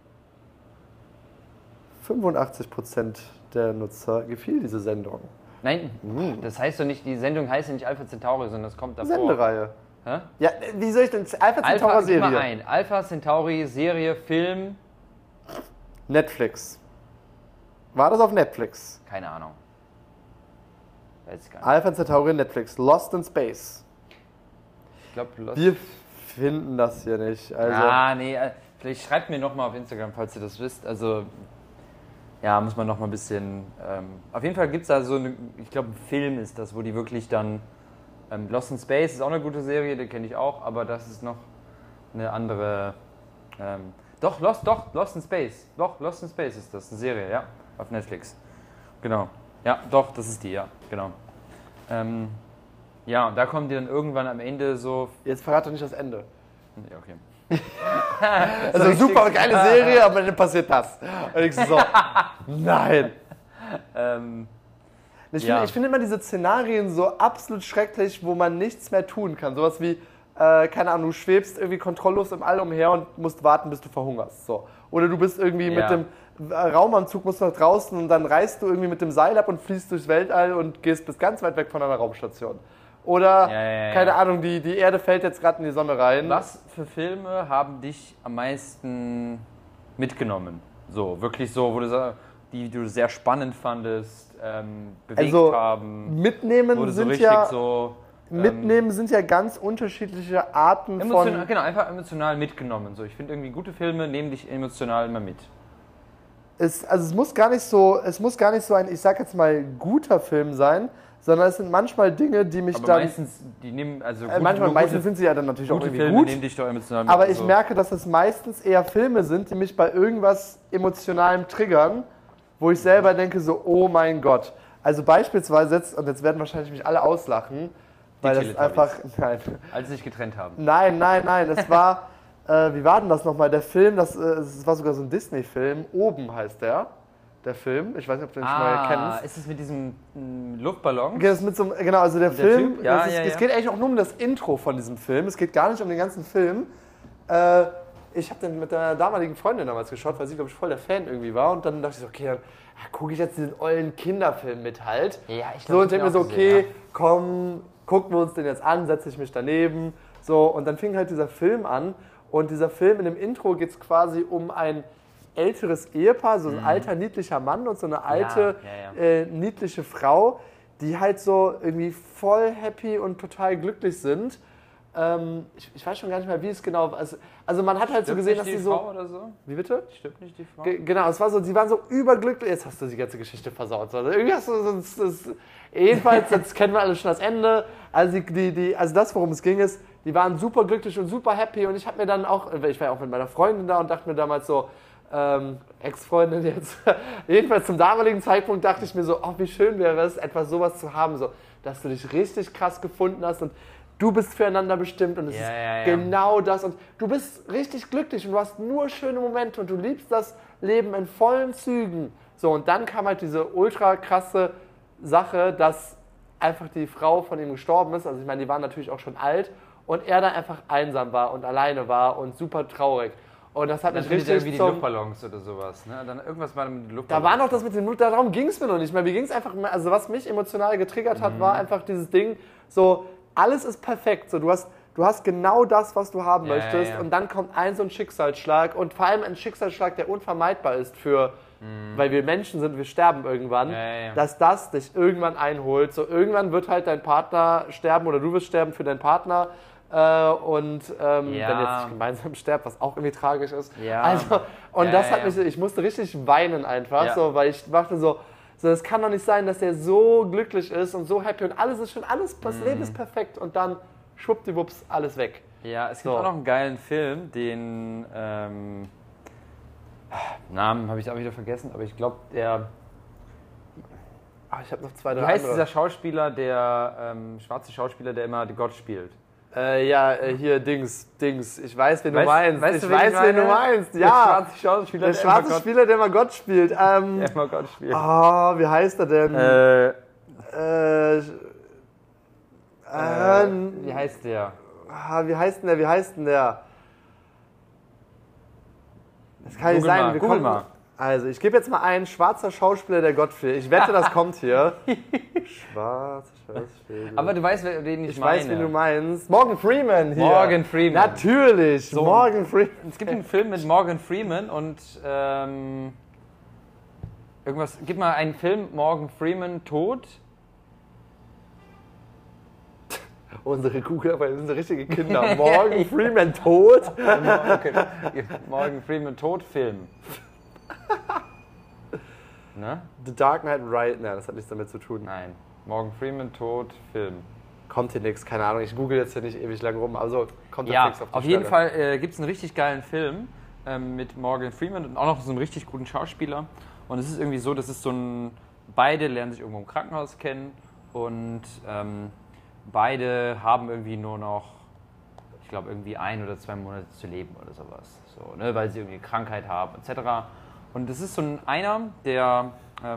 85% der Nutzer gefiel diese Sendung. Nein, das heißt doch nicht, die Sendung heißt ja nicht Alpha Centauri, sondern das kommt davor. Sendereihe. Hä? Ja, wie soll ich denn... Alpha Centauri Serie. Gib mal ein. Alpha Centauri, Serie, Film... Netflix. War das auf Netflix? Keine Ahnung. Weiß ich gar nicht. Alpha Centauri, Netflix. Lost in Space. Ich glaube, Lost... Wir finden das hier nicht. Also nee, vielleicht schreibt mir nochmal auf Instagram, falls ihr das wisst. Also, ja, muss man nochmal ein bisschen... auf jeden Fall gibt es da so eine... Ich glaube, ein Film ist das, wo die wirklich dann... Lost in Space ist auch eine gute Serie, die kenne ich auch, aber das ist noch eine andere... Lost in Space. Doch, Lost in Space ist das, eine Serie, ja, auf Netflix. Genau. Ja, doch, das ist die, ja, genau. Ja, und da kommen die dann irgendwann am Ende so... Jetzt verrat doch nicht das Ende. Nee, okay. Also super geile Serie, aber dann passiert das. Und ich so, nein. Ich finde immer diese Szenarien so absolut schrecklich, wo man nichts mehr tun kann. Sowas wie... keine Ahnung, du schwebst irgendwie kontrolllos im All umher und musst warten, bis du verhungerst. So. Oder du bist irgendwie mit dem Raumanzug, musst nach draußen und dann reißt du irgendwie mit dem Seil ab und fließt durchs Weltall und gehst bis ganz weit weg von einer Raumstation. Oder, keine Ahnung, die Erde fällt jetzt gerade in die Sonne rein. Was für Filme haben dich am meisten mitgenommen? So, wirklich so, die du sehr spannend fandest, bewegt haben? Mitnehmen sind richtig ja... so... Mitnehmen sind ja ganz unterschiedliche Arten von... Genau, einfach emotional mitgenommen. So, ich finde irgendwie gute Filme nehmen dich emotional immer mit. Es muss gar nicht so ein, ich sag jetzt mal, guter Film sein, sondern es sind manchmal Dinge, die mich aber dann... meistens, die nehmen, also meistens sind sie ja dann natürlich auch irgendwie Filme gut. Nehmen dich doch emotional mit. Aber ich merke, dass es meistens eher Filme sind, die mich bei irgendwas Emotionalem triggern, wo ich selber denke so, oh mein Gott. Also beispielsweise jetzt, und jetzt werden wahrscheinlich mich alle auslachen, weil das einfach... Nein. Als sie sich getrennt haben. Nein. Es war... wie war denn das nochmal? Der Film, es war sogar so ein Disney-Film. Oben heißt der Film. Ich weiß nicht, ob du den schon mal kennst. Ist es mit diesem Luftballon? Genau, also der Film... Typ? Es geht eigentlich auch nur um das Intro von diesem Film. Es geht gar nicht um den ganzen Film. Ich habe den mit der damaligen Freundin damals geschaut, weil sie, glaube ich, voll der Fan irgendwie war. Und dann dachte ich so, okay, dann gucke ich jetzt diesen ollen Kinderfilm mit halt. Ja, ich glaube, so, und denke mir so, okay, komm, gucken wir uns den jetzt an, setze ich mich daneben. So, und dann fing halt dieser Film an. Und dieser Film, in dem Intro geht es quasi um ein älteres Ehepaar, so ein alter, niedlicher Mann und so eine alte, niedliche Frau, die halt so irgendwie voll happy und total glücklich sind. Ich weiß schon gar nicht mehr, wie es genau war. Also man hat halt so gesehen, dass die so... Frau oder so? Wie bitte? Stimmt nicht die Frau? Genau, es war so, sie waren so überglücklich. Jetzt hast du die ganze Geschichte versaut. Also irgendwie hast du jedenfalls, jetzt kennen wir alle schon das Ende. Also, also das, worum es ging, ist, die waren super glücklich und super happy. Und ich habe mir dann auch, ich war ja auch mit meiner Freundin da und dachte mir damals so, Ex-Freundin jetzt, jedenfalls zum damaligen Zeitpunkt dachte ich mir so, oh, wie schön wäre es, etwas sowas zu haben, so, dass du dich richtig krass gefunden hast und du bist füreinander bestimmt und es ist genau das und du bist richtig glücklich und du hast nur schöne Momente und du liebst das Leben in vollen Zügen. So, und dann kam halt diese ultra krasse Sache, dass einfach die Frau von ihm gestorben ist, also ich meine, die waren natürlich auch schon alt und er dann einfach einsam war und alleine war und super traurig. Und das hat mich richtig irgendwie die Luftballons oder sowas, ne? Dann irgendwas war mit den Luftballons. Da war noch das mit den Luftballons, darum ging es mir noch nicht mehr. Mir ging es einfach, also was mich emotional getriggert hat, war einfach dieses Ding, so, alles ist perfekt, so, du hast genau das, was du haben möchtest und dann kommt so ein Schicksalsschlag und vor allem ein Schicksalsschlag, der unvermeidbar ist weil wir Menschen sind, wir sterben irgendwann, dass das dich irgendwann einholt. So, irgendwann wird halt dein Partner sterben oder du wirst sterben für deinen Partner. Wenn ihr jetzt nicht gemeinsam sterbt, was auch irgendwie tragisch ist. Ja. Also, und das hat mich, ich musste richtig weinen einfach, so, weil ich dachte so, es kann doch nicht sein, dass der so glücklich ist und so happy und alles ist schon, das Leben ist perfekt und dann schwuppdiwupps, alles weg. Ja, es gibt auch noch einen geilen Film, den Namen habe ich auch wieder vergessen, aber ich glaube, ich habe noch 2, 3 Wie heißt dieser Schauspieler, der schwarze Schauspieler, der immer Gott spielt? Hier, Dings. Ich weiß, wen du meinst. Ich weiß, wen du meinst. Ja, der schwarze Spieler, der immer Gott spielt. Der immer Gott spielt. Oh, wie heißt er denn? Wie heißt der? Wie heißt denn der? Das kann nicht sein. Google mal. Also, ich gebe jetzt mal einen schwarzer Schauspieler, der Gott spielt. Ich wette, das kommt hier. Schwarzer Schauspieler. Aber du weißt, wen ich meine. Ich weiß, wen du meinst. Morgan Freeman hier. Morgan Freeman. Natürlich, so, Morgan Freeman. Es gibt einen Film mit Morgan Freeman und gib mal einen Film, Morgan Freeman tot. Unsere Google, weil wir sind richtige Kinder. Morgan Freeman tot. Morgan Freeman tot Film. Ne? The Dark Knight Rises. Nein, das hat nichts damit zu tun. Nein. Morgan Freeman tot Film. Kommt hier nichts, keine Ahnung. Ich google jetzt hier nicht ewig lang rum, also kommt ja nichts auf jeden Fall gibt es einen richtig geilen Film mit Morgan Freeman und auch noch so einem richtig guten Schauspieler. Und es ist irgendwie so, das ist so ein... Beide lernen sich irgendwo im Krankenhaus kennen und beide haben irgendwie nur noch, ich glaube, irgendwie 1 oder 2 Monate zu leben oder sowas. So, ne, weil sie irgendwie Krankheit haben, etc. Und das ist so einer, der,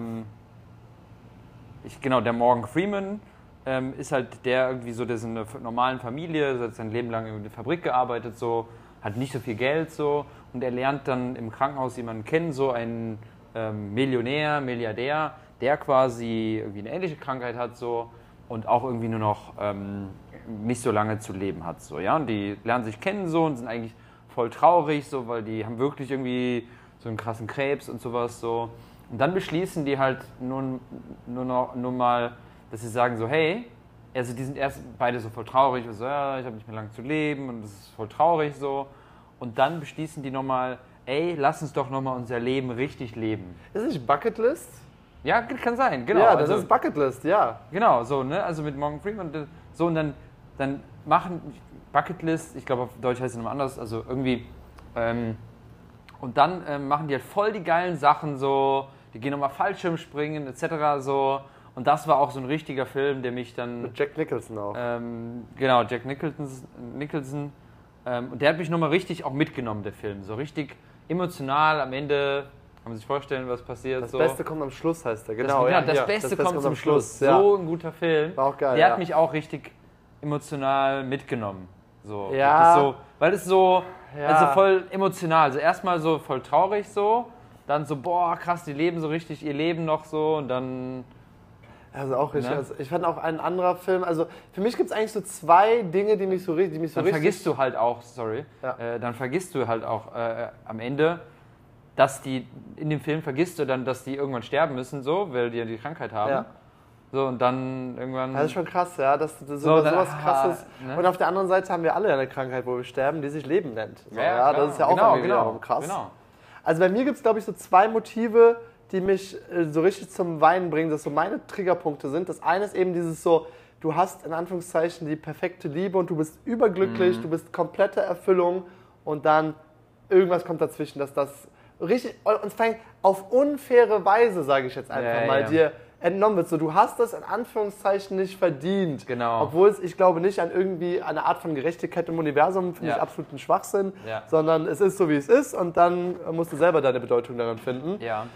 der Morgan Freeman ist halt der irgendwie so, der ist in einer normalen Familie, hat sein Leben lang in der Fabrik gearbeitet, so, hat nicht so viel Geld, so, und er lernt dann im Krankenhaus jemanden kennen, so einen Millionär, Milliardär, der quasi irgendwie eine ähnliche Krankheit hat, so, und auch irgendwie nur noch nicht so lange zu leben hat. So, ja? Und die lernen sich kennen so und sind eigentlich voll traurig, so, weil die haben wirklich irgendwie so einen krassen Krebs und sowas. So. Und dann beschließen die halt nur mal, dass sie sagen so, hey, also die sind erst beide so voll traurig, so, ja, ich habe nicht mehr lange zu leben und das ist voll traurig so. Und dann beschließen die nochmal, ey, lass uns doch nochmal unser Leben richtig leben. Ist das nicht Bucketlist? Ja, kann sein, genau. Ja, das ist Bucketlist, ja. Genau, so, ne, also mit Morgan Freeman so und dann machen Bucketlist, ich glaube auf Deutsch heißt es nochmal anders, also irgendwie, und dann machen die halt voll die geilen Sachen, so, die gehen nochmal Fallschirmspringen, etc., so, und das war auch so ein richtiger Film, der mich dann... Mit Jack Nicholson auch. Genau, Jack Nicholson, und der hat mich nochmal richtig auch mitgenommen, der Film, so richtig emotional am Ende... Kann man sich vorstellen, was passiert? Das Beste kommt am Schluss, heißt er. Genau, das Beste kommt zum Schluss. Ja. So ein guter Film. War auch geil. Der hat mich auch richtig emotional mitgenommen. So, ja. So, weil es so, also voll emotional. Also erstmal so voll traurig so, dann so, boah, krass, die leben so richtig ihr Leben noch so und dann... Also auch richtig. Ne? Also ich fand auch ein anderer Film, also für mich gibt es eigentlich so 2 Dinge, die mich so richtig... Dann vergisst du halt auch, dann vergisst du halt auch am Ende, dass die in dem Film vergisst du dann, dass die irgendwann sterben müssen, so, weil die ja die Krankheit haben. Ja. So, und dann irgendwann... Das ist schon krass, ja, dass sowas Krasses... ne? Und auf der anderen Seite haben wir alle eine Krankheit, wo wir sterben, die sich Leben nennt. So, Ja, das ist ja auch irgendwie wiederum krass. Genau. Also bei mir gibt es, glaube ich, so 2 Motive, die mich so richtig zum Weinen bringen, dass so meine Triggerpunkte sind. Das eine ist eben dieses so, du hast in Anführungszeichen die perfekte Liebe und du bist überglücklich, du bist komplette Erfüllung und dann irgendwas kommt dazwischen, dass das richtig, und vor allem auf unfaire Weise, sage ich jetzt einfach mal, dir entnommen wird. So, du hast das in Anführungszeichen nicht verdient. Genau. Obwohl es, ich glaube nicht an irgendwie eine Art von Gerechtigkeit im Universum, finde ich absoluten Schwachsinn, sondern es ist so, wie es ist und dann musst du selber deine Bedeutung darin finden.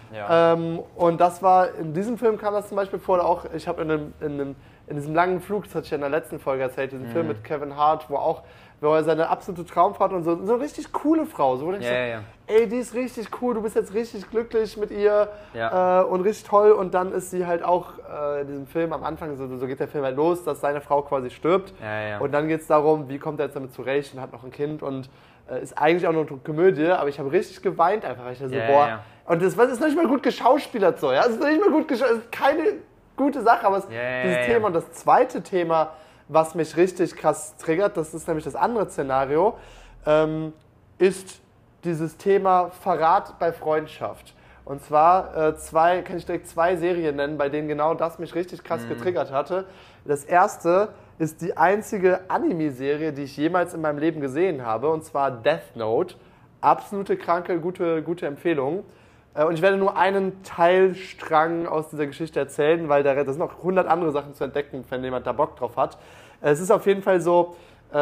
Und das war, in diesem Film kam das zum Beispiel vor, oder auch, ich habe in diesem langen Flug, das hatte ich ja in der letzten Folge erzählt, diesen Film mit Kevin Hart, wo er seine absolute Traumfrau hat und so eine richtig coole Frau. So, wo du denkst, ey, die ist richtig cool, du bist jetzt richtig glücklich mit ihr und richtig toll. Und dann ist sie halt auch in diesem Film am Anfang, so geht der Film halt los, dass seine Frau quasi stirbt. Und dann geht es darum, wie kommt er jetzt damit zurecht und hat noch ein Kind und ist eigentlich auch nur eine Komödie, aber ich habe richtig geweint einfach. Ich dachte so, boah. Und das ist nicht mal gut geschauspielert so, ja. Es ist nicht mal gut geschauspielert, es ist keine gute Sache, aber dieses Thema. Und das zweite Thema, was mich richtig krass triggert, das ist nämlich das andere Szenario, ist dieses Thema Verrat bei Freundschaft. Und zwar kann ich direkt 2 Serien nennen, bei denen genau das mich richtig krass getriggert hatte. Das erste ist die einzige Anime-Serie, die ich jemals in meinem Leben gesehen habe, und zwar Death Note. Absolute kranke, gute Empfehlung. Und ich werde nur einen Teilstrang aus dieser Geschichte erzählen, weil da sind noch 100 andere Sachen zu entdecken, wenn jemand da Bock drauf hat. Es ist auf jeden Fall so,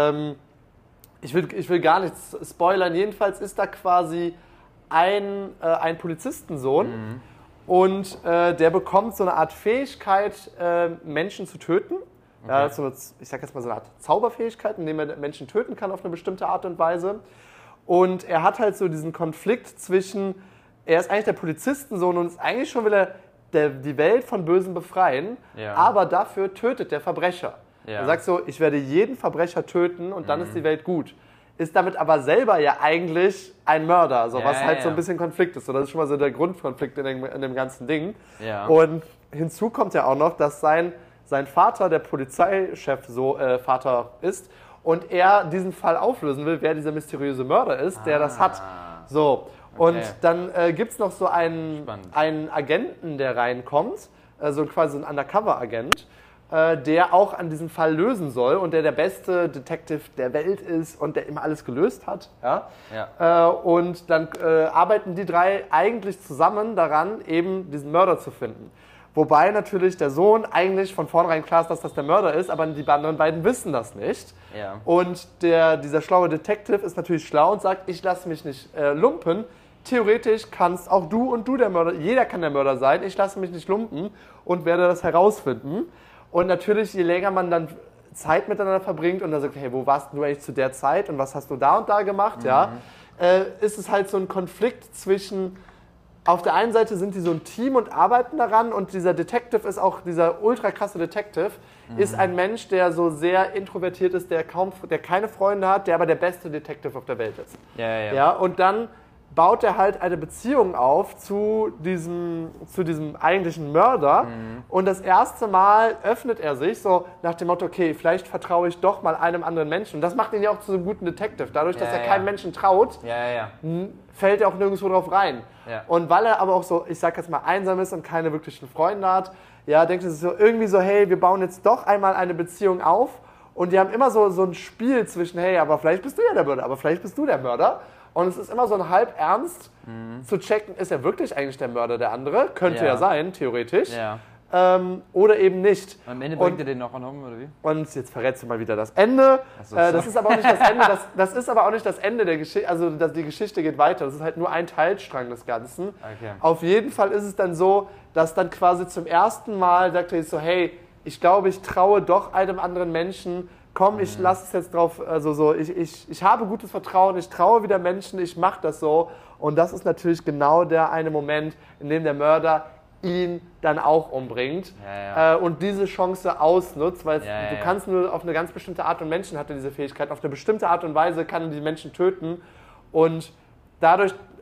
ich will gar nichts spoilern, jedenfalls ist da quasi ein Polizistensohn und der bekommt so eine Art Fähigkeit, Menschen zu töten. Okay. Ja, so eine, ich sag jetzt mal so eine Art Zauberfähigkeit, indem er Menschen töten kann auf eine bestimmte Art und Weise. Und er hat halt so diesen Konflikt zwischen, er ist eigentlich der Polizistensohn und ist eigentlich schon will er die Welt von Bösen befreien, aber dafür tötet der Verbrecher. Er sagt so, ich werde jeden Verbrecher töten und dann ist die Welt gut. Ist damit aber selber ja eigentlich ein Mörder, so, was halt so ein bisschen Konflikt ist. So, das ist schon mal so der Grundkonflikt in dem ganzen Ding. Und hinzu kommt ja auch noch, dass sein Vater der Polizeichef Vater ist und er diesen Fall auflösen will, wer dieser mysteriöse Mörder ist, der das hat. So. Und dann gibt es noch so einen Agenten, der reinkommt, so quasi ein Undercover-Agent, der auch an diesem Fall lösen soll und der beste Detective der Welt ist und der immer alles gelöst hat. Und dann arbeiten die 3 eigentlich zusammen daran, eben diesen Mörder zu finden. Wobei natürlich der Sohn eigentlich von vornherein klar ist, dass das der Mörder ist, aber die anderen beiden wissen das nicht. Und dieser schlaue Detective ist natürlich schlau und sagt, ich lasse mich nicht lumpen. Theoretisch kannst auch du und du der Mörder, jeder kann der Mörder sein, ich lasse mich nicht lumpen und werde das herausfinden. Und natürlich, je länger man dann Zeit miteinander verbringt und dann sagt, hey, wo warst du eigentlich zu der Zeit und was hast du da und da gemacht, ist es halt so ein Konflikt zwischen, auf der einen Seite sind die so ein Team und arbeiten daran und dieser Detective ist auch, dieser ultra krasse Detective, ist ein Mensch, der so sehr introvertiert ist, der keine Freunde hat, der aber der beste Detective auf der Welt ist. Und dann baut er halt eine Beziehung auf zu diesem eigentlichen Mörder und das erste Mal öffnet er sich so nach dem Motto, okay, vielleicht vertraue ich doch mal einem anderen Menschen. Und das macht ihn ja auch zu so einem guten Detective. Dadurch, dass er keinem Menschen traut, fällt er auch nirgendwo drauf rein. Und weil er aber auch so, ich sag jetzt mal, einsam ist und keine wirklichen Freunde hat, denkt er sich so irgendwie so, hey, wir bauen jetzt doch einmal eine Beziehung auf und die haben immer so ein Spiel zwischen, hey, aber vielleicht bist du ja der Mörder, aber vielleicht bist du der Mörder. Und es ist immer so ein halb ernst zu checken, ist er wirklich eigentlich der Mörder der andere? Könnte ja sein, theoretisch. Oder eben nicht. Am Ende bringt er den noch um, oder wie? Und jetzt verrätst du mal wieder das Ende. Das ist aber auch nicht das Ende. Das ist aber auch nicht das Ende der Geschichte. Also die Geschichte geht weiter. Das ist halt nur ein Teilstrang des Ganzen. Auf jeden Fall ist es dann so, dass dann quasi zum ersten Mal sagt er so, hey, ich glaube, ich traue doch einem anderen Menschen. Komm, ich lasse es jetzt drauf, also so, ich habe gutes Vertrauen, ich traue wieder Menschen, ich mache das so. Und das ist natürlich genau der eine Moment, in dem der Mörder ihn dann auch umbringt und diese Chance ausnutzt, weil du kannst nur auf eine ganz bestimmte Art und Menschen hat er diese Fähigkeit, auf eine bestimmte Art und Weise kann er die Menschen töten und dadurch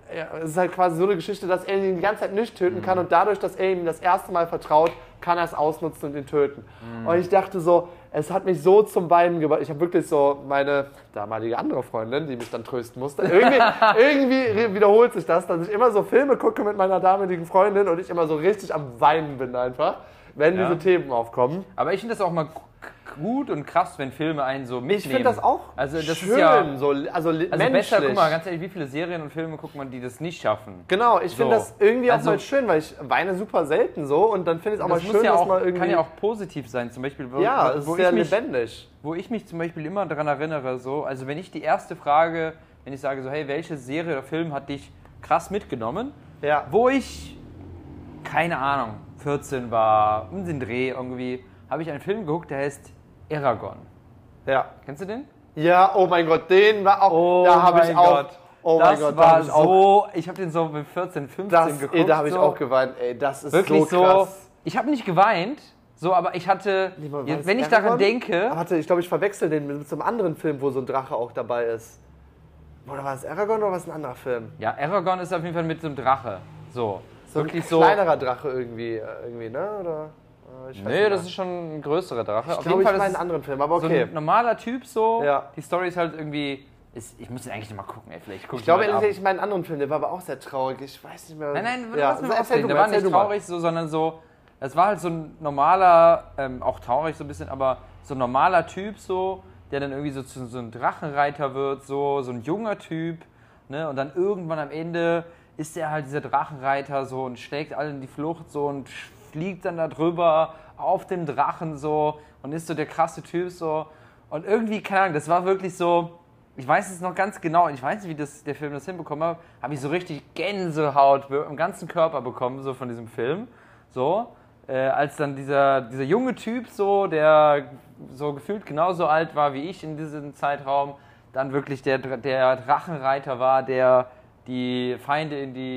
es ist halt quasi so eine Geschichte, dass er ihn die ganze Zeit nicht töten kann und dadurch, dass er ihm das erste Mal vertraut, kann er es ausnutzen und ihn töten. Und ich dachte so, es hat mich so zum Weinen gebracht. Ich habe wirklich so meine damalige andere Freundin, die mich dann trösten musste. Irgendwie wiederholt sich das, dass ich immer so Filme gucke mit meiner damaligen Freundin und ich immer so richtig am Weinen bin einfach, wenn diese Themen aufkommen. Aber ich finde das auch mal gut und krass, wenn Filme einen so mitnehmen. Ich finde das auch also das schön, ist ja, also menschlich. Besser, guck mal, ganz ehrlich, wie viele Serien und Filme guckt man, die das nicht schaffen? Genau, ich finde das irgendwie auch Also- mal schön, weil ich weine super selten so und dann finde ich es auch mal Das schön, muss ja dass auch, mal irgendwie... kann ja auch positiv sein, zum Beispiel, ja, es ist sehr lebendig. wo ich mich zum Beispiel immer daran erinnere, so, also wenn ich die erste Frage, wenn ich sage so, hey, welche Serie oder Film hat dich krass mitgenommen, Ja. wo ich, keine Ahnung, 14 war, um den Dreh irgendwie, habe ich einen Film geguckt, der heißt Eragon. Ja. Kennst du den? Ja, oh mein Gott, den war auch... Oh da habe ich mein auch... Gott. Oh Das mein Gott, da war habe ich auch... so, ich habe den so mit 14, 15 geguckt. Da habe ich so. auch geweint, ey, das ist Wirklich so krass. ich habe nicht geweint, so, aber ich hatte, Lieber, war jetzt, das wenn ich Eragon? daran denke, Warte, ich glaube, ich verwechsel den mit so einem anderen Film, wo so ein Drache auch dabei ist. Oder war es Eragon oder war es ein anderer Film? ja, Eragon ist auf jeden Fall mit so einem Drache, so. So Wirklich ein so. kleinerer Drache irgendwie, ne? Oder? Ich weiß Nee, nicht das mehr. ist schon ein größerer Drache. Ich Auf glaube, jeden Fall ich meine ist einen anderen Film, aber so okay. ein normaler Typ so. Ja. Die Story ist halt irgendwie, ich muss den eigentlich noch mal gucken, ey, vielleicht gucke Ich glaube, mal ab. ehrlich, ich meine einen anderen Film, der war aber auch sehr traurig. Ich weiß nicht mehr. Nein, ja. lass mir mal Erzähl ausreden. du Der mal, war erzähl nicht du mal. traurig so, sondern so, es war halt so ein normaler, auch traurig so ein bisschen, aber so ein normaler Typ so, der dann irgendwie so zu so einem Drachenreiter wird, so ein junger Typ, ne, und dann irgendwann am Ende ist er halt dieser Drachenreiter so und schlägt alle in die Flucht so und fliegt dann da drüber auf dem Drachen so und ist so der krasse Typ so und irgendwie, keine Ahnung, das war wirklich so, ich weiß es noch ganz genau, und ich weiß nicht, wie der Film das hinbekommen hat, habe ich so richtig Gänsehaut im ganzen Körper bekommen, so von diesem Film, so, als dann dieser junge Typ so, der so gefühlt genauso alt war wie ich in diesem Zeitraum, dann wirklich der Drachenreiter war, der die Feinde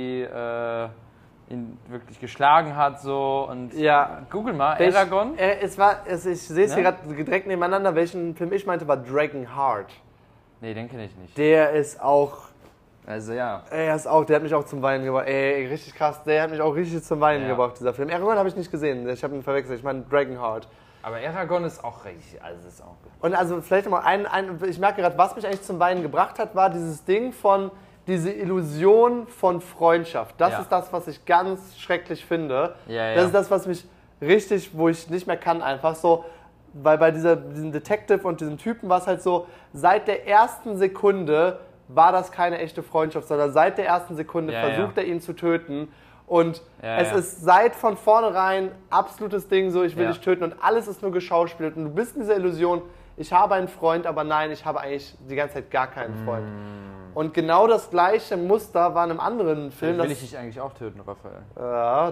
wirklich geschlagen hat, so, und Ja. google mal, Eragon. Ich sehe es hier gerade direkt nebeneinander. Welchen Film ich meinte, war Dragonheart. Nee, den kenne ich nicht. Der ist auch... Also ja. der hat mich auch zum Weinen gebracht. Ey, richtig krass. Der hat mich auch richtig zum Weinen gebracht, dieser Film. Eragon habe ich nicht gesehen. Ich habe ihn verwechselt. Ich meine Dragonheart. Aber Eragon ist auch richtig, also ist auch gut. Und also vielleicht nochmal ich merke gerade, was mich eigentlich zum Weinen gebracht hat, war dieses Ding von, diese Illusion von Freundschaft. Das Ja. ist das, was ich ganz schrecklich finde. Ja. Das ist das, was mich richtig, wo ich nicht mehr kann, einfach so, weil bei diesem Detective und diesem Typen war es halt so, seit der ersten Sekunde war das keine echte Freundschaft, sondern seit der ersten Sekunde versucht er ihn zu töten. Und es ist seit von vornherein absolutes Ding so, ich will dich töten und alles ist nur geschauspielt und du bist in dieser Illusion, ich habe einen Freund, aber nein, ich habe eigentlich die ganze Zeit gar keinen Freund. Und genau das gleiche Muster war in einem anderen Film. Will ich dich eigentlich auch töten, Raphael? Ja,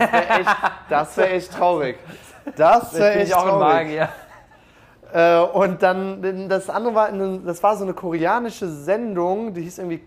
das wäre echt traurig. Das wäre echt auch ein traurig. Magier. Und dann das andere war, das war so eine koreanische Sendung, die hieß irgendwie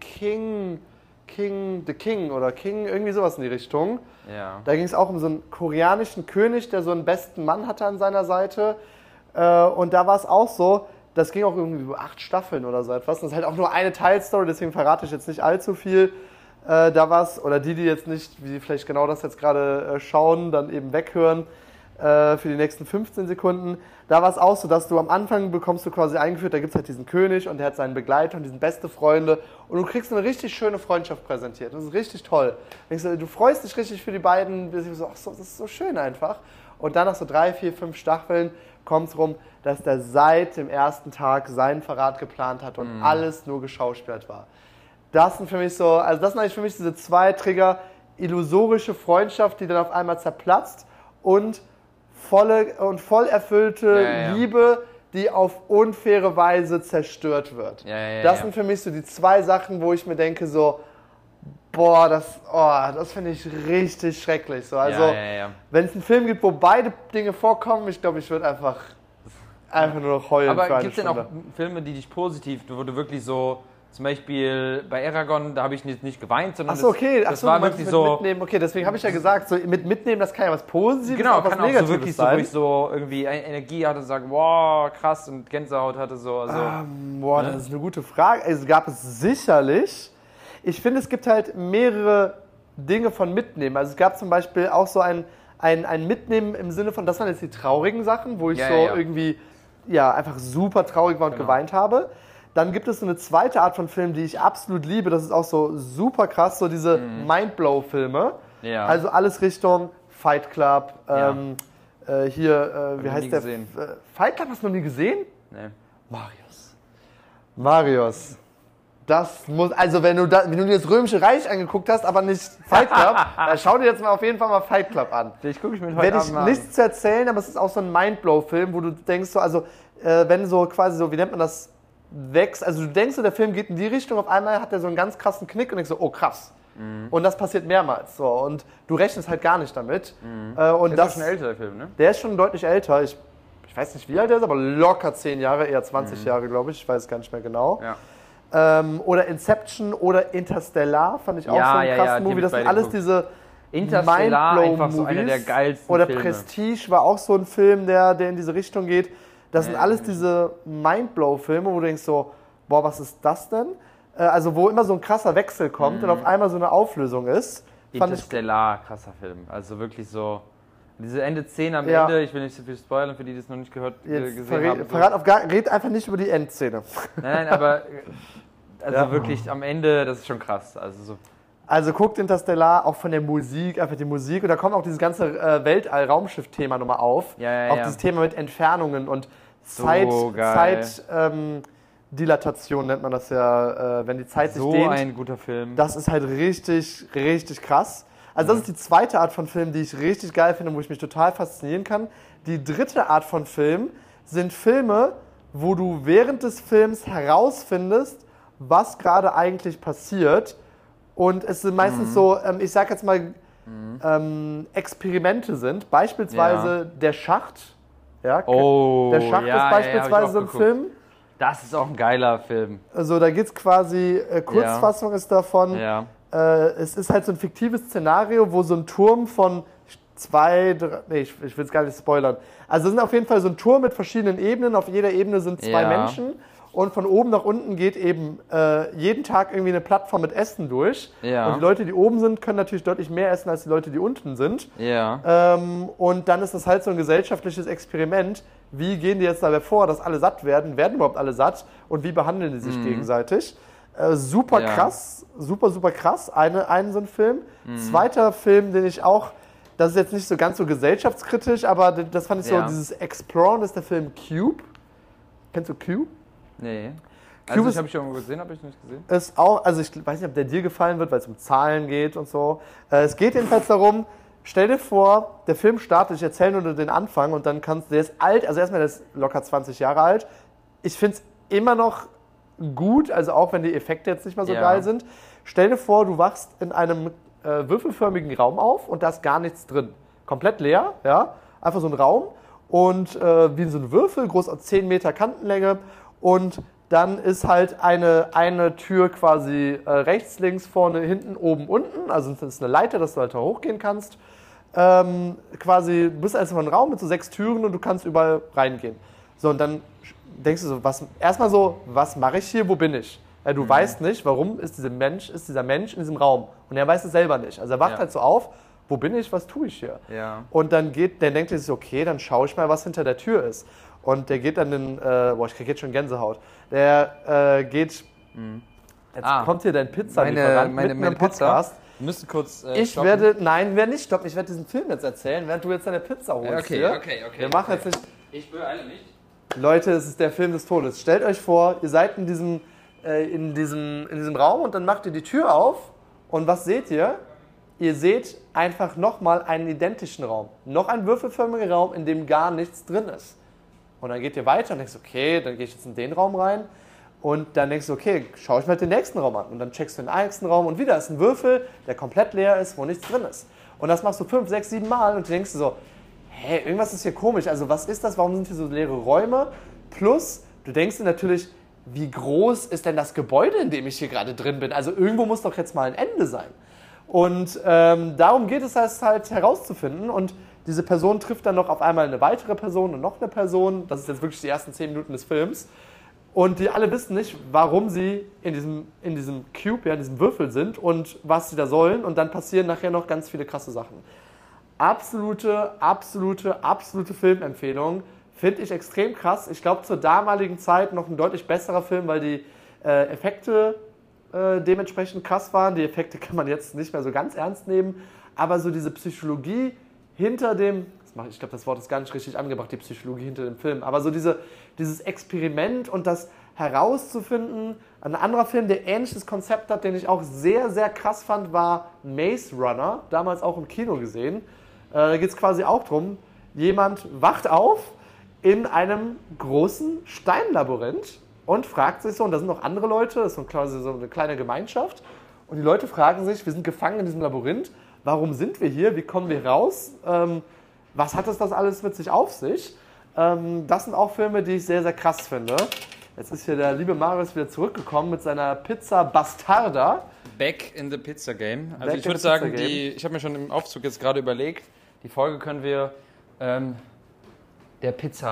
The King oder King, irgendwie sowas in die Richtung. Ja. Da ging es auch um so einen koreanischen König, der so einen besten Mann hatte an seiner Seite. Und da war es auch so, das ging auch irgendwie über 8 Staffeln oder so etwas. Das ist halt auch nur eine Teilstory, deswegen verrate ich jetzt nicht allzu viel. Da war es, oder die jetzt nicht, wie vielleicht genau das jetzt gerade schauen, dann eben weghören für die nächsten 15 Sekunden. Da war es auch so, dass du am Anfang bekommst du quasi eingeführt, da gibt es halt diesen König und der hat seinen Begleiter und die sind beste Freunde und du kriegst eine richtig schöne Freundschaft präsentiert. Das ist richtig toll. Du freust dich richtig für die beiden, so, ach so, das ist so schön einfach. Und dann nach so 3, 4, 5 Staffeln kommt es rum, dass der seit dem ersten Tag seinen Verrat geplant hat und alles nur geschauspielert war. Das sind für mich so, also das sind eigentlich für mich diese 2 Trigger, illusorische Freundschaft, die dann auf einmal zerplatzt und voll erfüllte Liebe, die auf unfaire Weise zerstört wird. Das sind für mich so die 2 Sachen, wo ich mir denke so, boah, das finde ich richtig schrecklich. So, also, wenn es einen Film gibt, wo beide Dinge vorkommen, ich glaube, ich würde einfach nur noch heulen. Aber gibt es denn auch Filme, die dich positiv, wo du wirklich so, zum Beispiel bei Eragon, da habe ich nicht geweint, sondern Achso, okay, das war wirklich so... Mitnehmen. Okay, deswegen habe ich ja gesagt, so mit mitnehmen, das kann ja was Positives, Genau, auch was kann auch Negatives so wirklich sein. so, wo ich so irgendwie Energie hatte und sage, wow, krass, und Gänsehaut hatte so. Also, Das ist eine gute Frage. Also gab es sicherlich. ich finde, es gibt halt mehrere Dinge von Mitnehmen. Also es gab zum Beispiel auch so ein Mitnehmen im Sinne von, das waren jetzt die traurigen Sachen, wo ich irgendwie einfach super traurig war und geweint habe. Dann gibt es so eine zweite Art von Film, die ich absolut liebe. Das ist auch so super krass, so diese Mindblow-Filme. Ja. Also alles Richtung Fight Club. Wie heißt der? Fight Club hast du noch nie gesehen? Nee. Marius. Das muss, also wenn du dir das Römische Reich angeguckt hast, aber nicht Fight Club, dann schau dir jetzt mal auf jeden Fall mal Fight Club an. Ich gucke mir heute Abend an. Nichts zu erzählen, aber es ist auch so ein Mindblow-Film, wo du denkst so, also wenn so quasi so, wie nennt man das, wächst, also du denkst so, der Film geht in die Richtung, auf einmal hat er so einen ganz krassen Knick und denkst so, oh krass. Und das passiert mehrmals so und du rechnest halt gar nicht damit. Und das ist schon ein älterer Film, ne? Der ist schon deutlich älter. Ich weiß nicht, wie alt er ist, aber locker 10 Jahre, eher 20 Jahre, glaube ich. Ich weiß gar nicht mehr genau. Ja. Oder Inception oder Interstellar, fand ich auch so ein krasses Movie. Das sind alles diese Interstellar, einfach so einer der geilsten oder Filme. Prestige war auch so ein Film, der in diese Richtung geht. Das sind alles diese Mindblow-Filme, wo du denkst so, boah, was ist das denn? Also wo immer so ein krasser Wechsel kommt und auf einmal so eine Auflösung ist. Interstellar, krasser Film. Also wirklich so, diese Ende-Szene am Ende, ich will nicht so viel spoilern, für die das noch nicht gesehen haben. Red einfach nicht über die Endszene. Nein, aber wirklich am Ende, das ist schon krass. Also guckt Interstellar, auch von der Musik, einfach die Musik. Und da kommt auch dieses ganze Weltall-Raumschiff-Thema nochmal auf. Auch dieses Thema mit Entfernungen und Zeitdilatation nennt man das ja, wenn die Zeit sich dehnt. So ein guter Film. Das ist halt richtig, richtig krass. Also das ist die zweite Art von Film, die ich richtig geil finde, wo ich mich total faszinieren kann. Die dritte Art von Film sind Filme, wo du während des Films herausfindest, was gerade eigentlich passiert. Und es sind meistens so, ich sag jetzt mal, Experimente sind. Beispielsweise Der Schacht. Ja, Der Schacht ist beispielsweise so ein Film. Das ist auch ein geiler Film. Also da gibt es quasi, Kurzfassung ist davon, es ist halt so ein fiktives Szenario, wo so ein Turm von ich will es gar nicht spoilern. Also es sind auf jeden Fall so ein Turm mit verschiedenen Ebenen, auf jeder Ebene sind 2 Menschen und von oben nach unten geht eben jeden Tag irgendwie eine Plattform mit Essen durch. Ja. Und die Leute, die oben sind, können natürlich deutlich mehr essen als die Leute, die unten sind. Ja. Und dann ist das halt so ein gesellschaftliches Experiment. Wie gehen die jetzt dabei vor, dass alle satt werden? Werden überhaupt alle satt? Und wie behandeln die sich gegenseitig? Super krass, super krass. Einen so ein Film. Zweiter Film, den ich auch, das ist jetzt nicht so ganz so gesellschaftskritisch, aber das fand ich so, dieses Exploren, das ist der Film Cube. Kennst du Cube? Nee. Also ich habe ich irgendwo gesehen, habe ich nicht gesehen. Ist auch, also ich weiß nicht, ob der dir gefallen wird, weil es um Zahlen geht und so. Es geht jedenfalls darum, stell dir vor, der Film startet, ich erzähle nur den Anfang und dann der ist alt, also erstmal, der ist locker 20 Jahre alt. Ich finde es immer noch gut, also auch wenn die Effekte jetzt nicht mehr so geil sind. Stell dir vor, du wachst in einem würfelförmigen Raum auf und da ist gar nichts drin. Komplett leer, ja, einfach so ein Raum und wie so ein Würfel, groß 10 Meter Kantenlänge und dann ist halt eine Tür quasi rechts, links, vorne, hinten, oben, unten, also das ist eine Leiter, dass du halt da hochgehen kannst. Quasi, du bist also in einem Raum mit so 6 Türen und du kannst überall reingehen. So, und dann denkst du so, was mache ich hier, wo bin ich? Du weißt nicht, warum ist dieser Mensch in diesem Raum. Und er weiß es selber nicht. Also er wacht halt so auf, wo bin ich, was tue ich hier? Ja. Und dann denkt er sich, okay, dann schaue ich mal, was hinter der Tür ist. Und der geht dann ich kriege jetzt schon Gänsehaut. Der geht, jetzt kommt hier dein Pizzalieferant mitten im Podcast. Wir müssen kurz ich werde nicht stoppen, ich werde diesen Film jetzt erzählen, während du jetzt deine Pizza holst. Okay. Wir machen jetzt nicht... Ich beeile mich. Leute, es ist der Film des Todes. Stellt euch vor, ihr seid in diesem Raum und dann macht ihr die Tür auf und was seht ihr? Ihr seht einfach nochmal einen identischen Raum. Noch ein würfelförmiger Raum, in dem gar nichts drin ist. Und dann geht ihr weiter und denkst, okay, dann gehe ich jetzt in den Raum rein. Und dann denkst du, okay, schau ich mal den nächsten Raum an. Und dann checkst du den nächsten Raum und wieder ist ein Würfel, der komplett leer ist, wo nichts drin ist. Und das machst du 5, 6, 7 Mal und du denkst so, hä, irgendwas ist hier komisch. Also was ist das? Warum sind hier so leere Räume? Plus, du denkst dir natürlich, wie groß ist denn das Gebäude, in dem ich hier gerade drin bin? Also irgendwo muss doch jetzt mal ein Ende sein. Und darum geht es halt herauszufinden. Und diese Person trifft dann noch auf einmal eine weitere Person und noch eine Person. Das ist jetzt wirklich die ersten 10 Minuten des Films. Und die alle wissen nicht, warum sie in diesem Cube, in diesem Würfel sind und was sie da sollen. Und dann passieren nachher noch ganz viele krasse Sachen. Absolute Filmempfehlung. Finde ich extrem krass. Ich glaube, zur damaligen Zeit noch ein deutlich besserer Film, weil die Effekte dementsprechend krass waren. Die Effekte kann man jetzt nicht mehr so ganz ernst nehmen. Aber so diese Psychologie hinter dem, ich glaube, das Wort ist gar nicht richtig angebracht, die Psychologie hinter dem Film. Aber so dieses Experiment und das herauszufinden. Ein anderer Film, der ähnliches Konzept hat, den ich auch sehr, sehr krass fand, war Maze Runner. Damals auch im Kino gesehen. Da geht es quasi auch drum, jemand wacht auf in einem großen Steinlabyrinth und fragt sich so, und da sind noch andere Leute, das ist quasi so eine kleine Gemeinschaft, und die Leute fragen sich, wir sind gefangen in diesem Labyrinth, warum sind wir hier, wie kommen wir raus, was hat das alles mit sich auf sich? Das sind auch Filme, die ich sehr, sehr krass finde. Jetzt ist hier der liebe Marius wieder zurückgekommen mit seiner Pizza Bastarda. Back in the Pizza Game. Also ich würde sagen, ich habe mir schon im Aufzug jetzt gerade überlegt, die Folge können wir der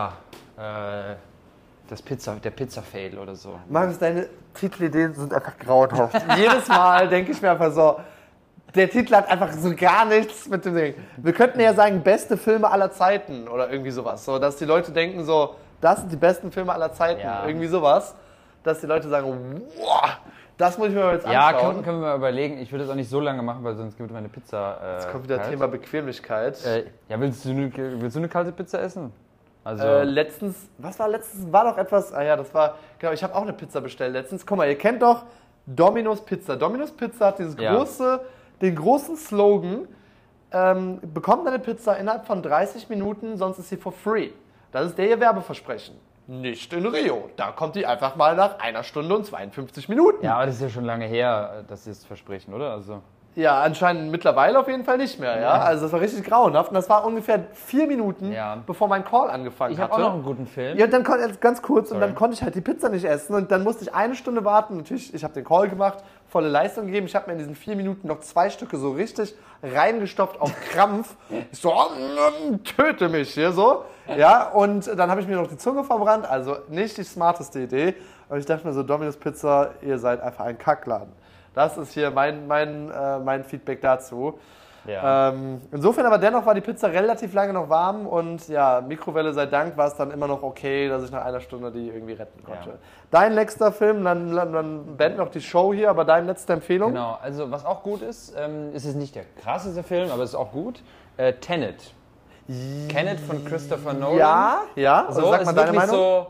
Pizza-Fail oder so. Marius, deine Titelideen sind einfach grauenhaft. Jedes Mal denke ich mir einfach so, der Titel hat einfach so gar nichts mit dem Ding. Wir könnten ja sagen, beste Filme aller Zeiten oder irgendwie sowas. So, dass die Leute denken so, das sind die besten Filme aller Zeiten. Ja. Irgendwie sowas. Dass die Leute sagen, wow, das muss ich mir jetzt anschauen. Ja, können wir mal überlegen. Ich würde es auch nicht so lange machen, weil sonst gibt meine Pizza jetzt kommt wieder Thema Bequemlichkeit. Ja, willst du eine kalte Pizza essen? Also letztens, was war letztens? War doch etwas, genau, ich habe auch eine Pizza bestellt letztens. Guck mal, ihr kennt doch Domino's Pizza. Domino's Pizza hat den großen Slogan, bekommt eine Pizza innerhalb von 30 Minuten, sonst ist sie for free. Das ist der ihr Werbeversprechen. Nicht in Rio. Da kommt die einfach mal nach 1 Stunde und 52 Minuten. Ja, aber das ist ja schon lange her, dass sie es versprechen, oder? Also ja, anscheinend mittlerweile auf jeden Fall nicht mehr. Ja? Also das war richtig grauenhaft. Und das war ungefähr 4 Minuten, bevor mein Call angefangen hatte. Ich habe auch noch einen guten Film. Ja, dann ganz kurz. Und dann konnte ich halt die Pizza nicht essen. Und dann musste ich 1 Stunde warten. Natürlich, ich habe den Call gemacht, volle Leistung gegeben. Ich habe mir in diesen 4 Minuten noch 2 Stücke so richtig reingestopft auf Krampf. Ich so, töte mich hier so. Ja, und dann habe ich mir noch die Zunge verbrannt. Also nicht die smarteste Idee. Und ich dachte mir so, Domino's Pizza, ihr seid einfach ein Kackladen. Das ist hier mein Feedback dazu. Ja. Insofern aber dennoch war die Pizza relativ lange noch warm und ja, Mikrowelle sei Dank war es dann immer noch okay, dass ich nach 1 Stunde die irgendwie retten konnte. Ja. Dein letzter Film, dann beenden wir noch die Show hier, aber deine letzte Empfehlung? Genau, also was auch gut ist, ist es nicht der krasseste Film, aber es ist auch gut, Tenet. Tenet von Christopher Nolan. Ja, also sag mal deine Meinung. So,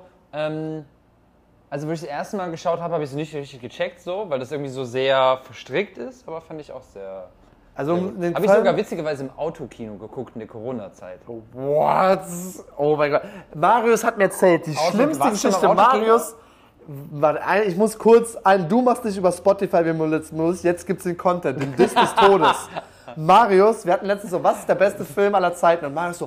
also, wo ich das erste Mal geschaut habe, habe ich es nicht richtig gecheckt, so, weil das irgendwie so sehr verstrickt ist, aber fand ich auch sehr. Also, habe ich sogar witzigerweise im Autokino geguckt in der Corona-Zeit. What? Oh mein Gott. Marius hat mir erzählt, die schlimmste Geschichte. Marius, warte, ich muss kurz du machst dich über Spotify, jetzt gibt's den Content, den Diss des Todes. Marius, wir hatten letztens so, was ist der beste Film aller Zeiten? Und Marius so,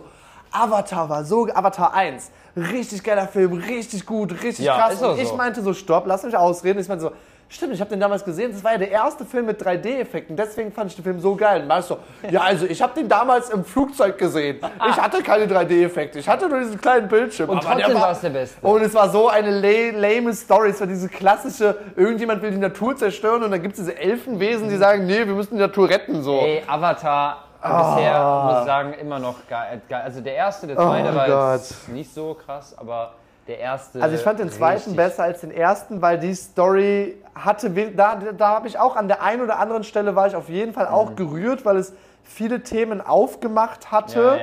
Avatar 1. Richtig geiler Film, richtig gut, richtig krass. Und ich meinte so, stopp, lass mich ausreden. Ich meinte so, stimmt, ich habe den damals gesehen, das war ja der erste Film mit 3D-Effekten, deswegen fand ich den Film so geil. Und Marius so, ja, also ich habe den damals im Flugzeug gesehen. Ich hatte keine 3D-Effekte, ich hatte nur diesen kleinen Bildschirm. Und trotzdem war es der Beste. Und es war so eine lame Story, es war diese klassische, irgendjemand will die Natur zerstören und dann gibt es diese Elfenwesen, die sagen, nee, wir müssen die Natur retten. So. Ey, Avatar... Bisher, muss ich sagen, immer noch geil. Also der erste, der zweite war jetzt nicht so krass, aber der erste... Also ich fand den zweiten besser als den ersten, weil die Story hatte... Da habe ich auch an der einen oder anderen Stelle war ich auf jeden Fall auch gerührt, weil es viele Themen aufgemacht hatte.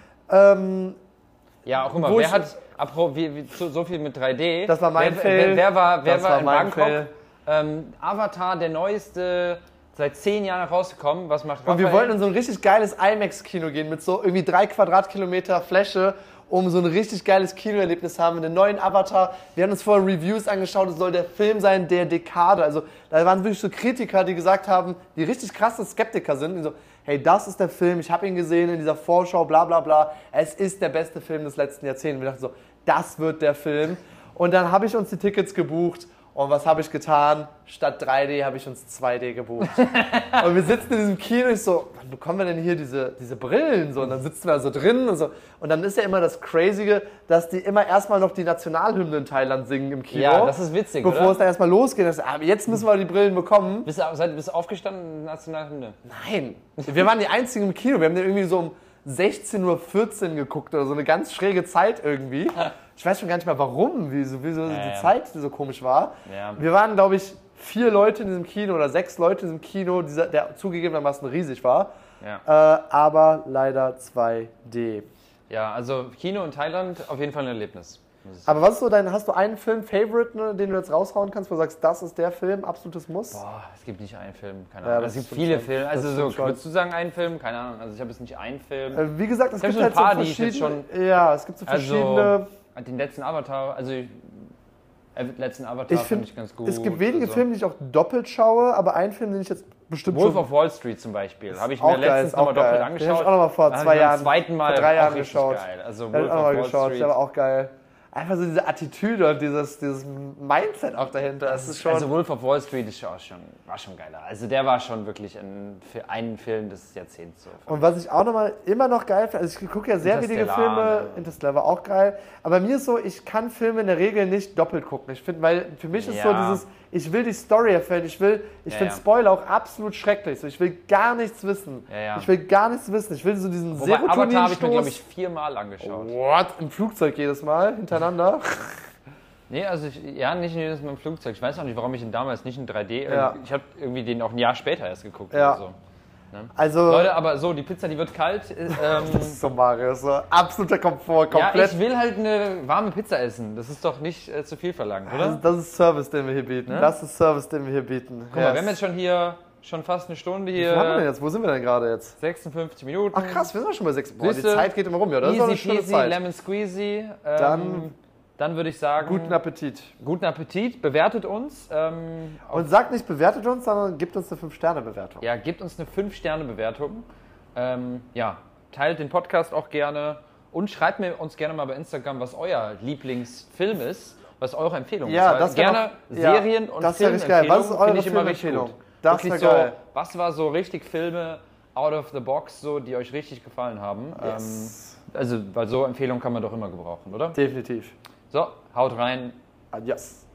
Ja, auch immer, wer hat so viel mit 3D? Das war mein Fail. Wer war in Bangkok? Avatar, der neueste... Seit 10 Jahren rausgekommen, was macht Raphael? Und wir wollten in so ein richtig geiles IMAX-Kino gehen, mit so irgendwie 3 Quadratkilometer Fläche, um so ein richtig geiles Kinoerlebnis haben mit dem neuen Avatar. Wir haben uns vorher Reviews angeschaut, es soll der Film sein der Dekade. Also da waren wirklich so Kritiker, die gesagt haben, die richtig krasse Skeptiker sind, die so, hey, das ist der Film, ich habe ihn gesehen in dieser Vorschau, bla bla bla, es ist der beste Film des letzten Jahrzehnts. Wir dachten so, das wird der Film. Und dann habe ich uns die Tickets gebucht. Und was habe ich getan? Statt 3D habe ich uns 2D gebucht. Und wir sitzen in diesem Kino, ich so, wann bekommen wir denn hier diese Brillen? So, und dann sitzen wir so drin und so. Und dann ist ja immer das Crazige, dass die immer erstmal noch die Nationalhymne in Thailand singen im Kino. Ja, das ist witzig, bevor oder? es dann erstmal losgeht. Jetzt müssen wir die Brillen bekommen. Bist du aufgestanden, Nationalhymne? Nein, wir waren die Einzigen im Kino. Wir haben den irgendwie so um 16:14 Uhr geguckt oder so eine ganz schräge Zeit irgendwie. Ich weiß schon gar nicht mehr warum, wieso die Zeit so komisch war. Ja. Wir waren, glaube ich, 4 Leute in diesem Kino oder 6 Leute in diesem Kino, der zugegebenermaßen riesig war. Ja. Aber leider 2D. Ja, also Kino in Thailand auf jeden Fall ein Erlebnis. Aber was ist so hast du einen Film-Favorite, ne, den du jetzt raushauen kannst, wo du sagst, das ist der Film, absolutes Muss? Boah, es gibt nicht einen Film, keine Ja, Ahnung. das Es gibt stimmt viele schon. Filme. Also Das so, stimmt schon. würdest du sagen einen Film? Keine Ahnung. Also ich habe jetzt nicht einen Film. Wie gesagt, es Ich hab gibt schon halt ein paar, so die ich jetzt verschiedene. Ja, es gibt so verschiedene. Also den letzten Avatar, letzten Avatar Ich fand finde, ich ganz gut. es gibt wenige also. Filme, die ich auch doppelt schaue, aber einen Film, den ich jetzt bestimmt Wolf schon... of Wall Street zum Beispiel. Habe ich auch mir geil, letztens ist nochmal auch geil. doppelt Den hab angeschaut. ich auch nochmal vor Da hab 2 ich Jahren, Zum zweiten Mal vor 3 Jahren auch richtig geschaut. geil. Also Den hab ich Wolf auch of mal Wall geschaut, Street. der war auch geil. Einfach so diese Attitüde und dieses Mindset auch dahinter. Das ist schon... Also Wolf of Wall Street war schon geiler. Also der war schon wirklich ein Film des Jahrzehnts. So. Und was ich auch immer noch geil finde, also ich gucke ja sehr wenige Interstellar, Filme, ne? Interstellar war auch geil, aber mir ist so, ich kann Filme in der Regel nicht doppelt gucken. Ich finde, weil für mich ist so Ja. dieses, ich will die Story erfüllen, ich finde Spoiler auch absolut schrecklich. So, ich will gar nichts wissen. Ja. Ich will gar nichts wissen. Ich will so diesen Wobei Avatar habe ich mir, glaube ich, Serotoninstoß. 4-mal angeschaut. What? Im Flugzeug jedes Mal hintereinander? Nee, also nicht jedes Mal im Flugzeug. Ich weiß auch nicht, warum ich ihn damals nicht in 3D... Ja. Ich habe irgendwie den auch ein Jahr später erst geguckt Ja. oder so. Also, Leute, aber so, die Pizza, die wird kalt. das ist so Mario, so absoluter Komfort, Ja, komplett. ich will halt eine warme Pizza essen. Das ist doch nicht zu viel verlangt, oder? Das ist Service, den wir hier bieten. Ne? Das ist Service, den wir hier bieten. Guck mal, wir haben jetzt schon fast eine Stunde Wie viel haben wir denn hier. jetzt? Wo sind wir denn gerade jetzt? 56 Minuten. Ach krass, wir sind doch schon bei 6. Boah, die Siehste, Zeit geht immer rum, ja. Das ist doch eine Easy schöne peasy, Zeit. lemon squeezy. Dann würde ich sagen, Guten Appetit. guten Appetit. Bewertet uns. Und sagt nicht, bewertet uns, sondern gibt uns eine 5-Sterne-Bewertung. Ja, gebt uns eine 5-Sterne-Bewertung. Ja, teilt den Podcast auch gerne und schreibt uns gerne mal bei Instagram, was euer Lieblingsfilm ist, was eure Empfehlung Ja, ist. das wär Gerne noch- ja, Serien und das wär richtig geil. Was ist Filmempfehlungen eure finde ich immer richtig Filmempfehlung? gut. Das Wirklich wär geil. was war so richtig Filme out of the box, so, die euch richtig gefallen haben? Yes. Also, weil so Empfehlungen kann man doch immer gebrauchen, oder? Definitiv. So, haut rein. Adios.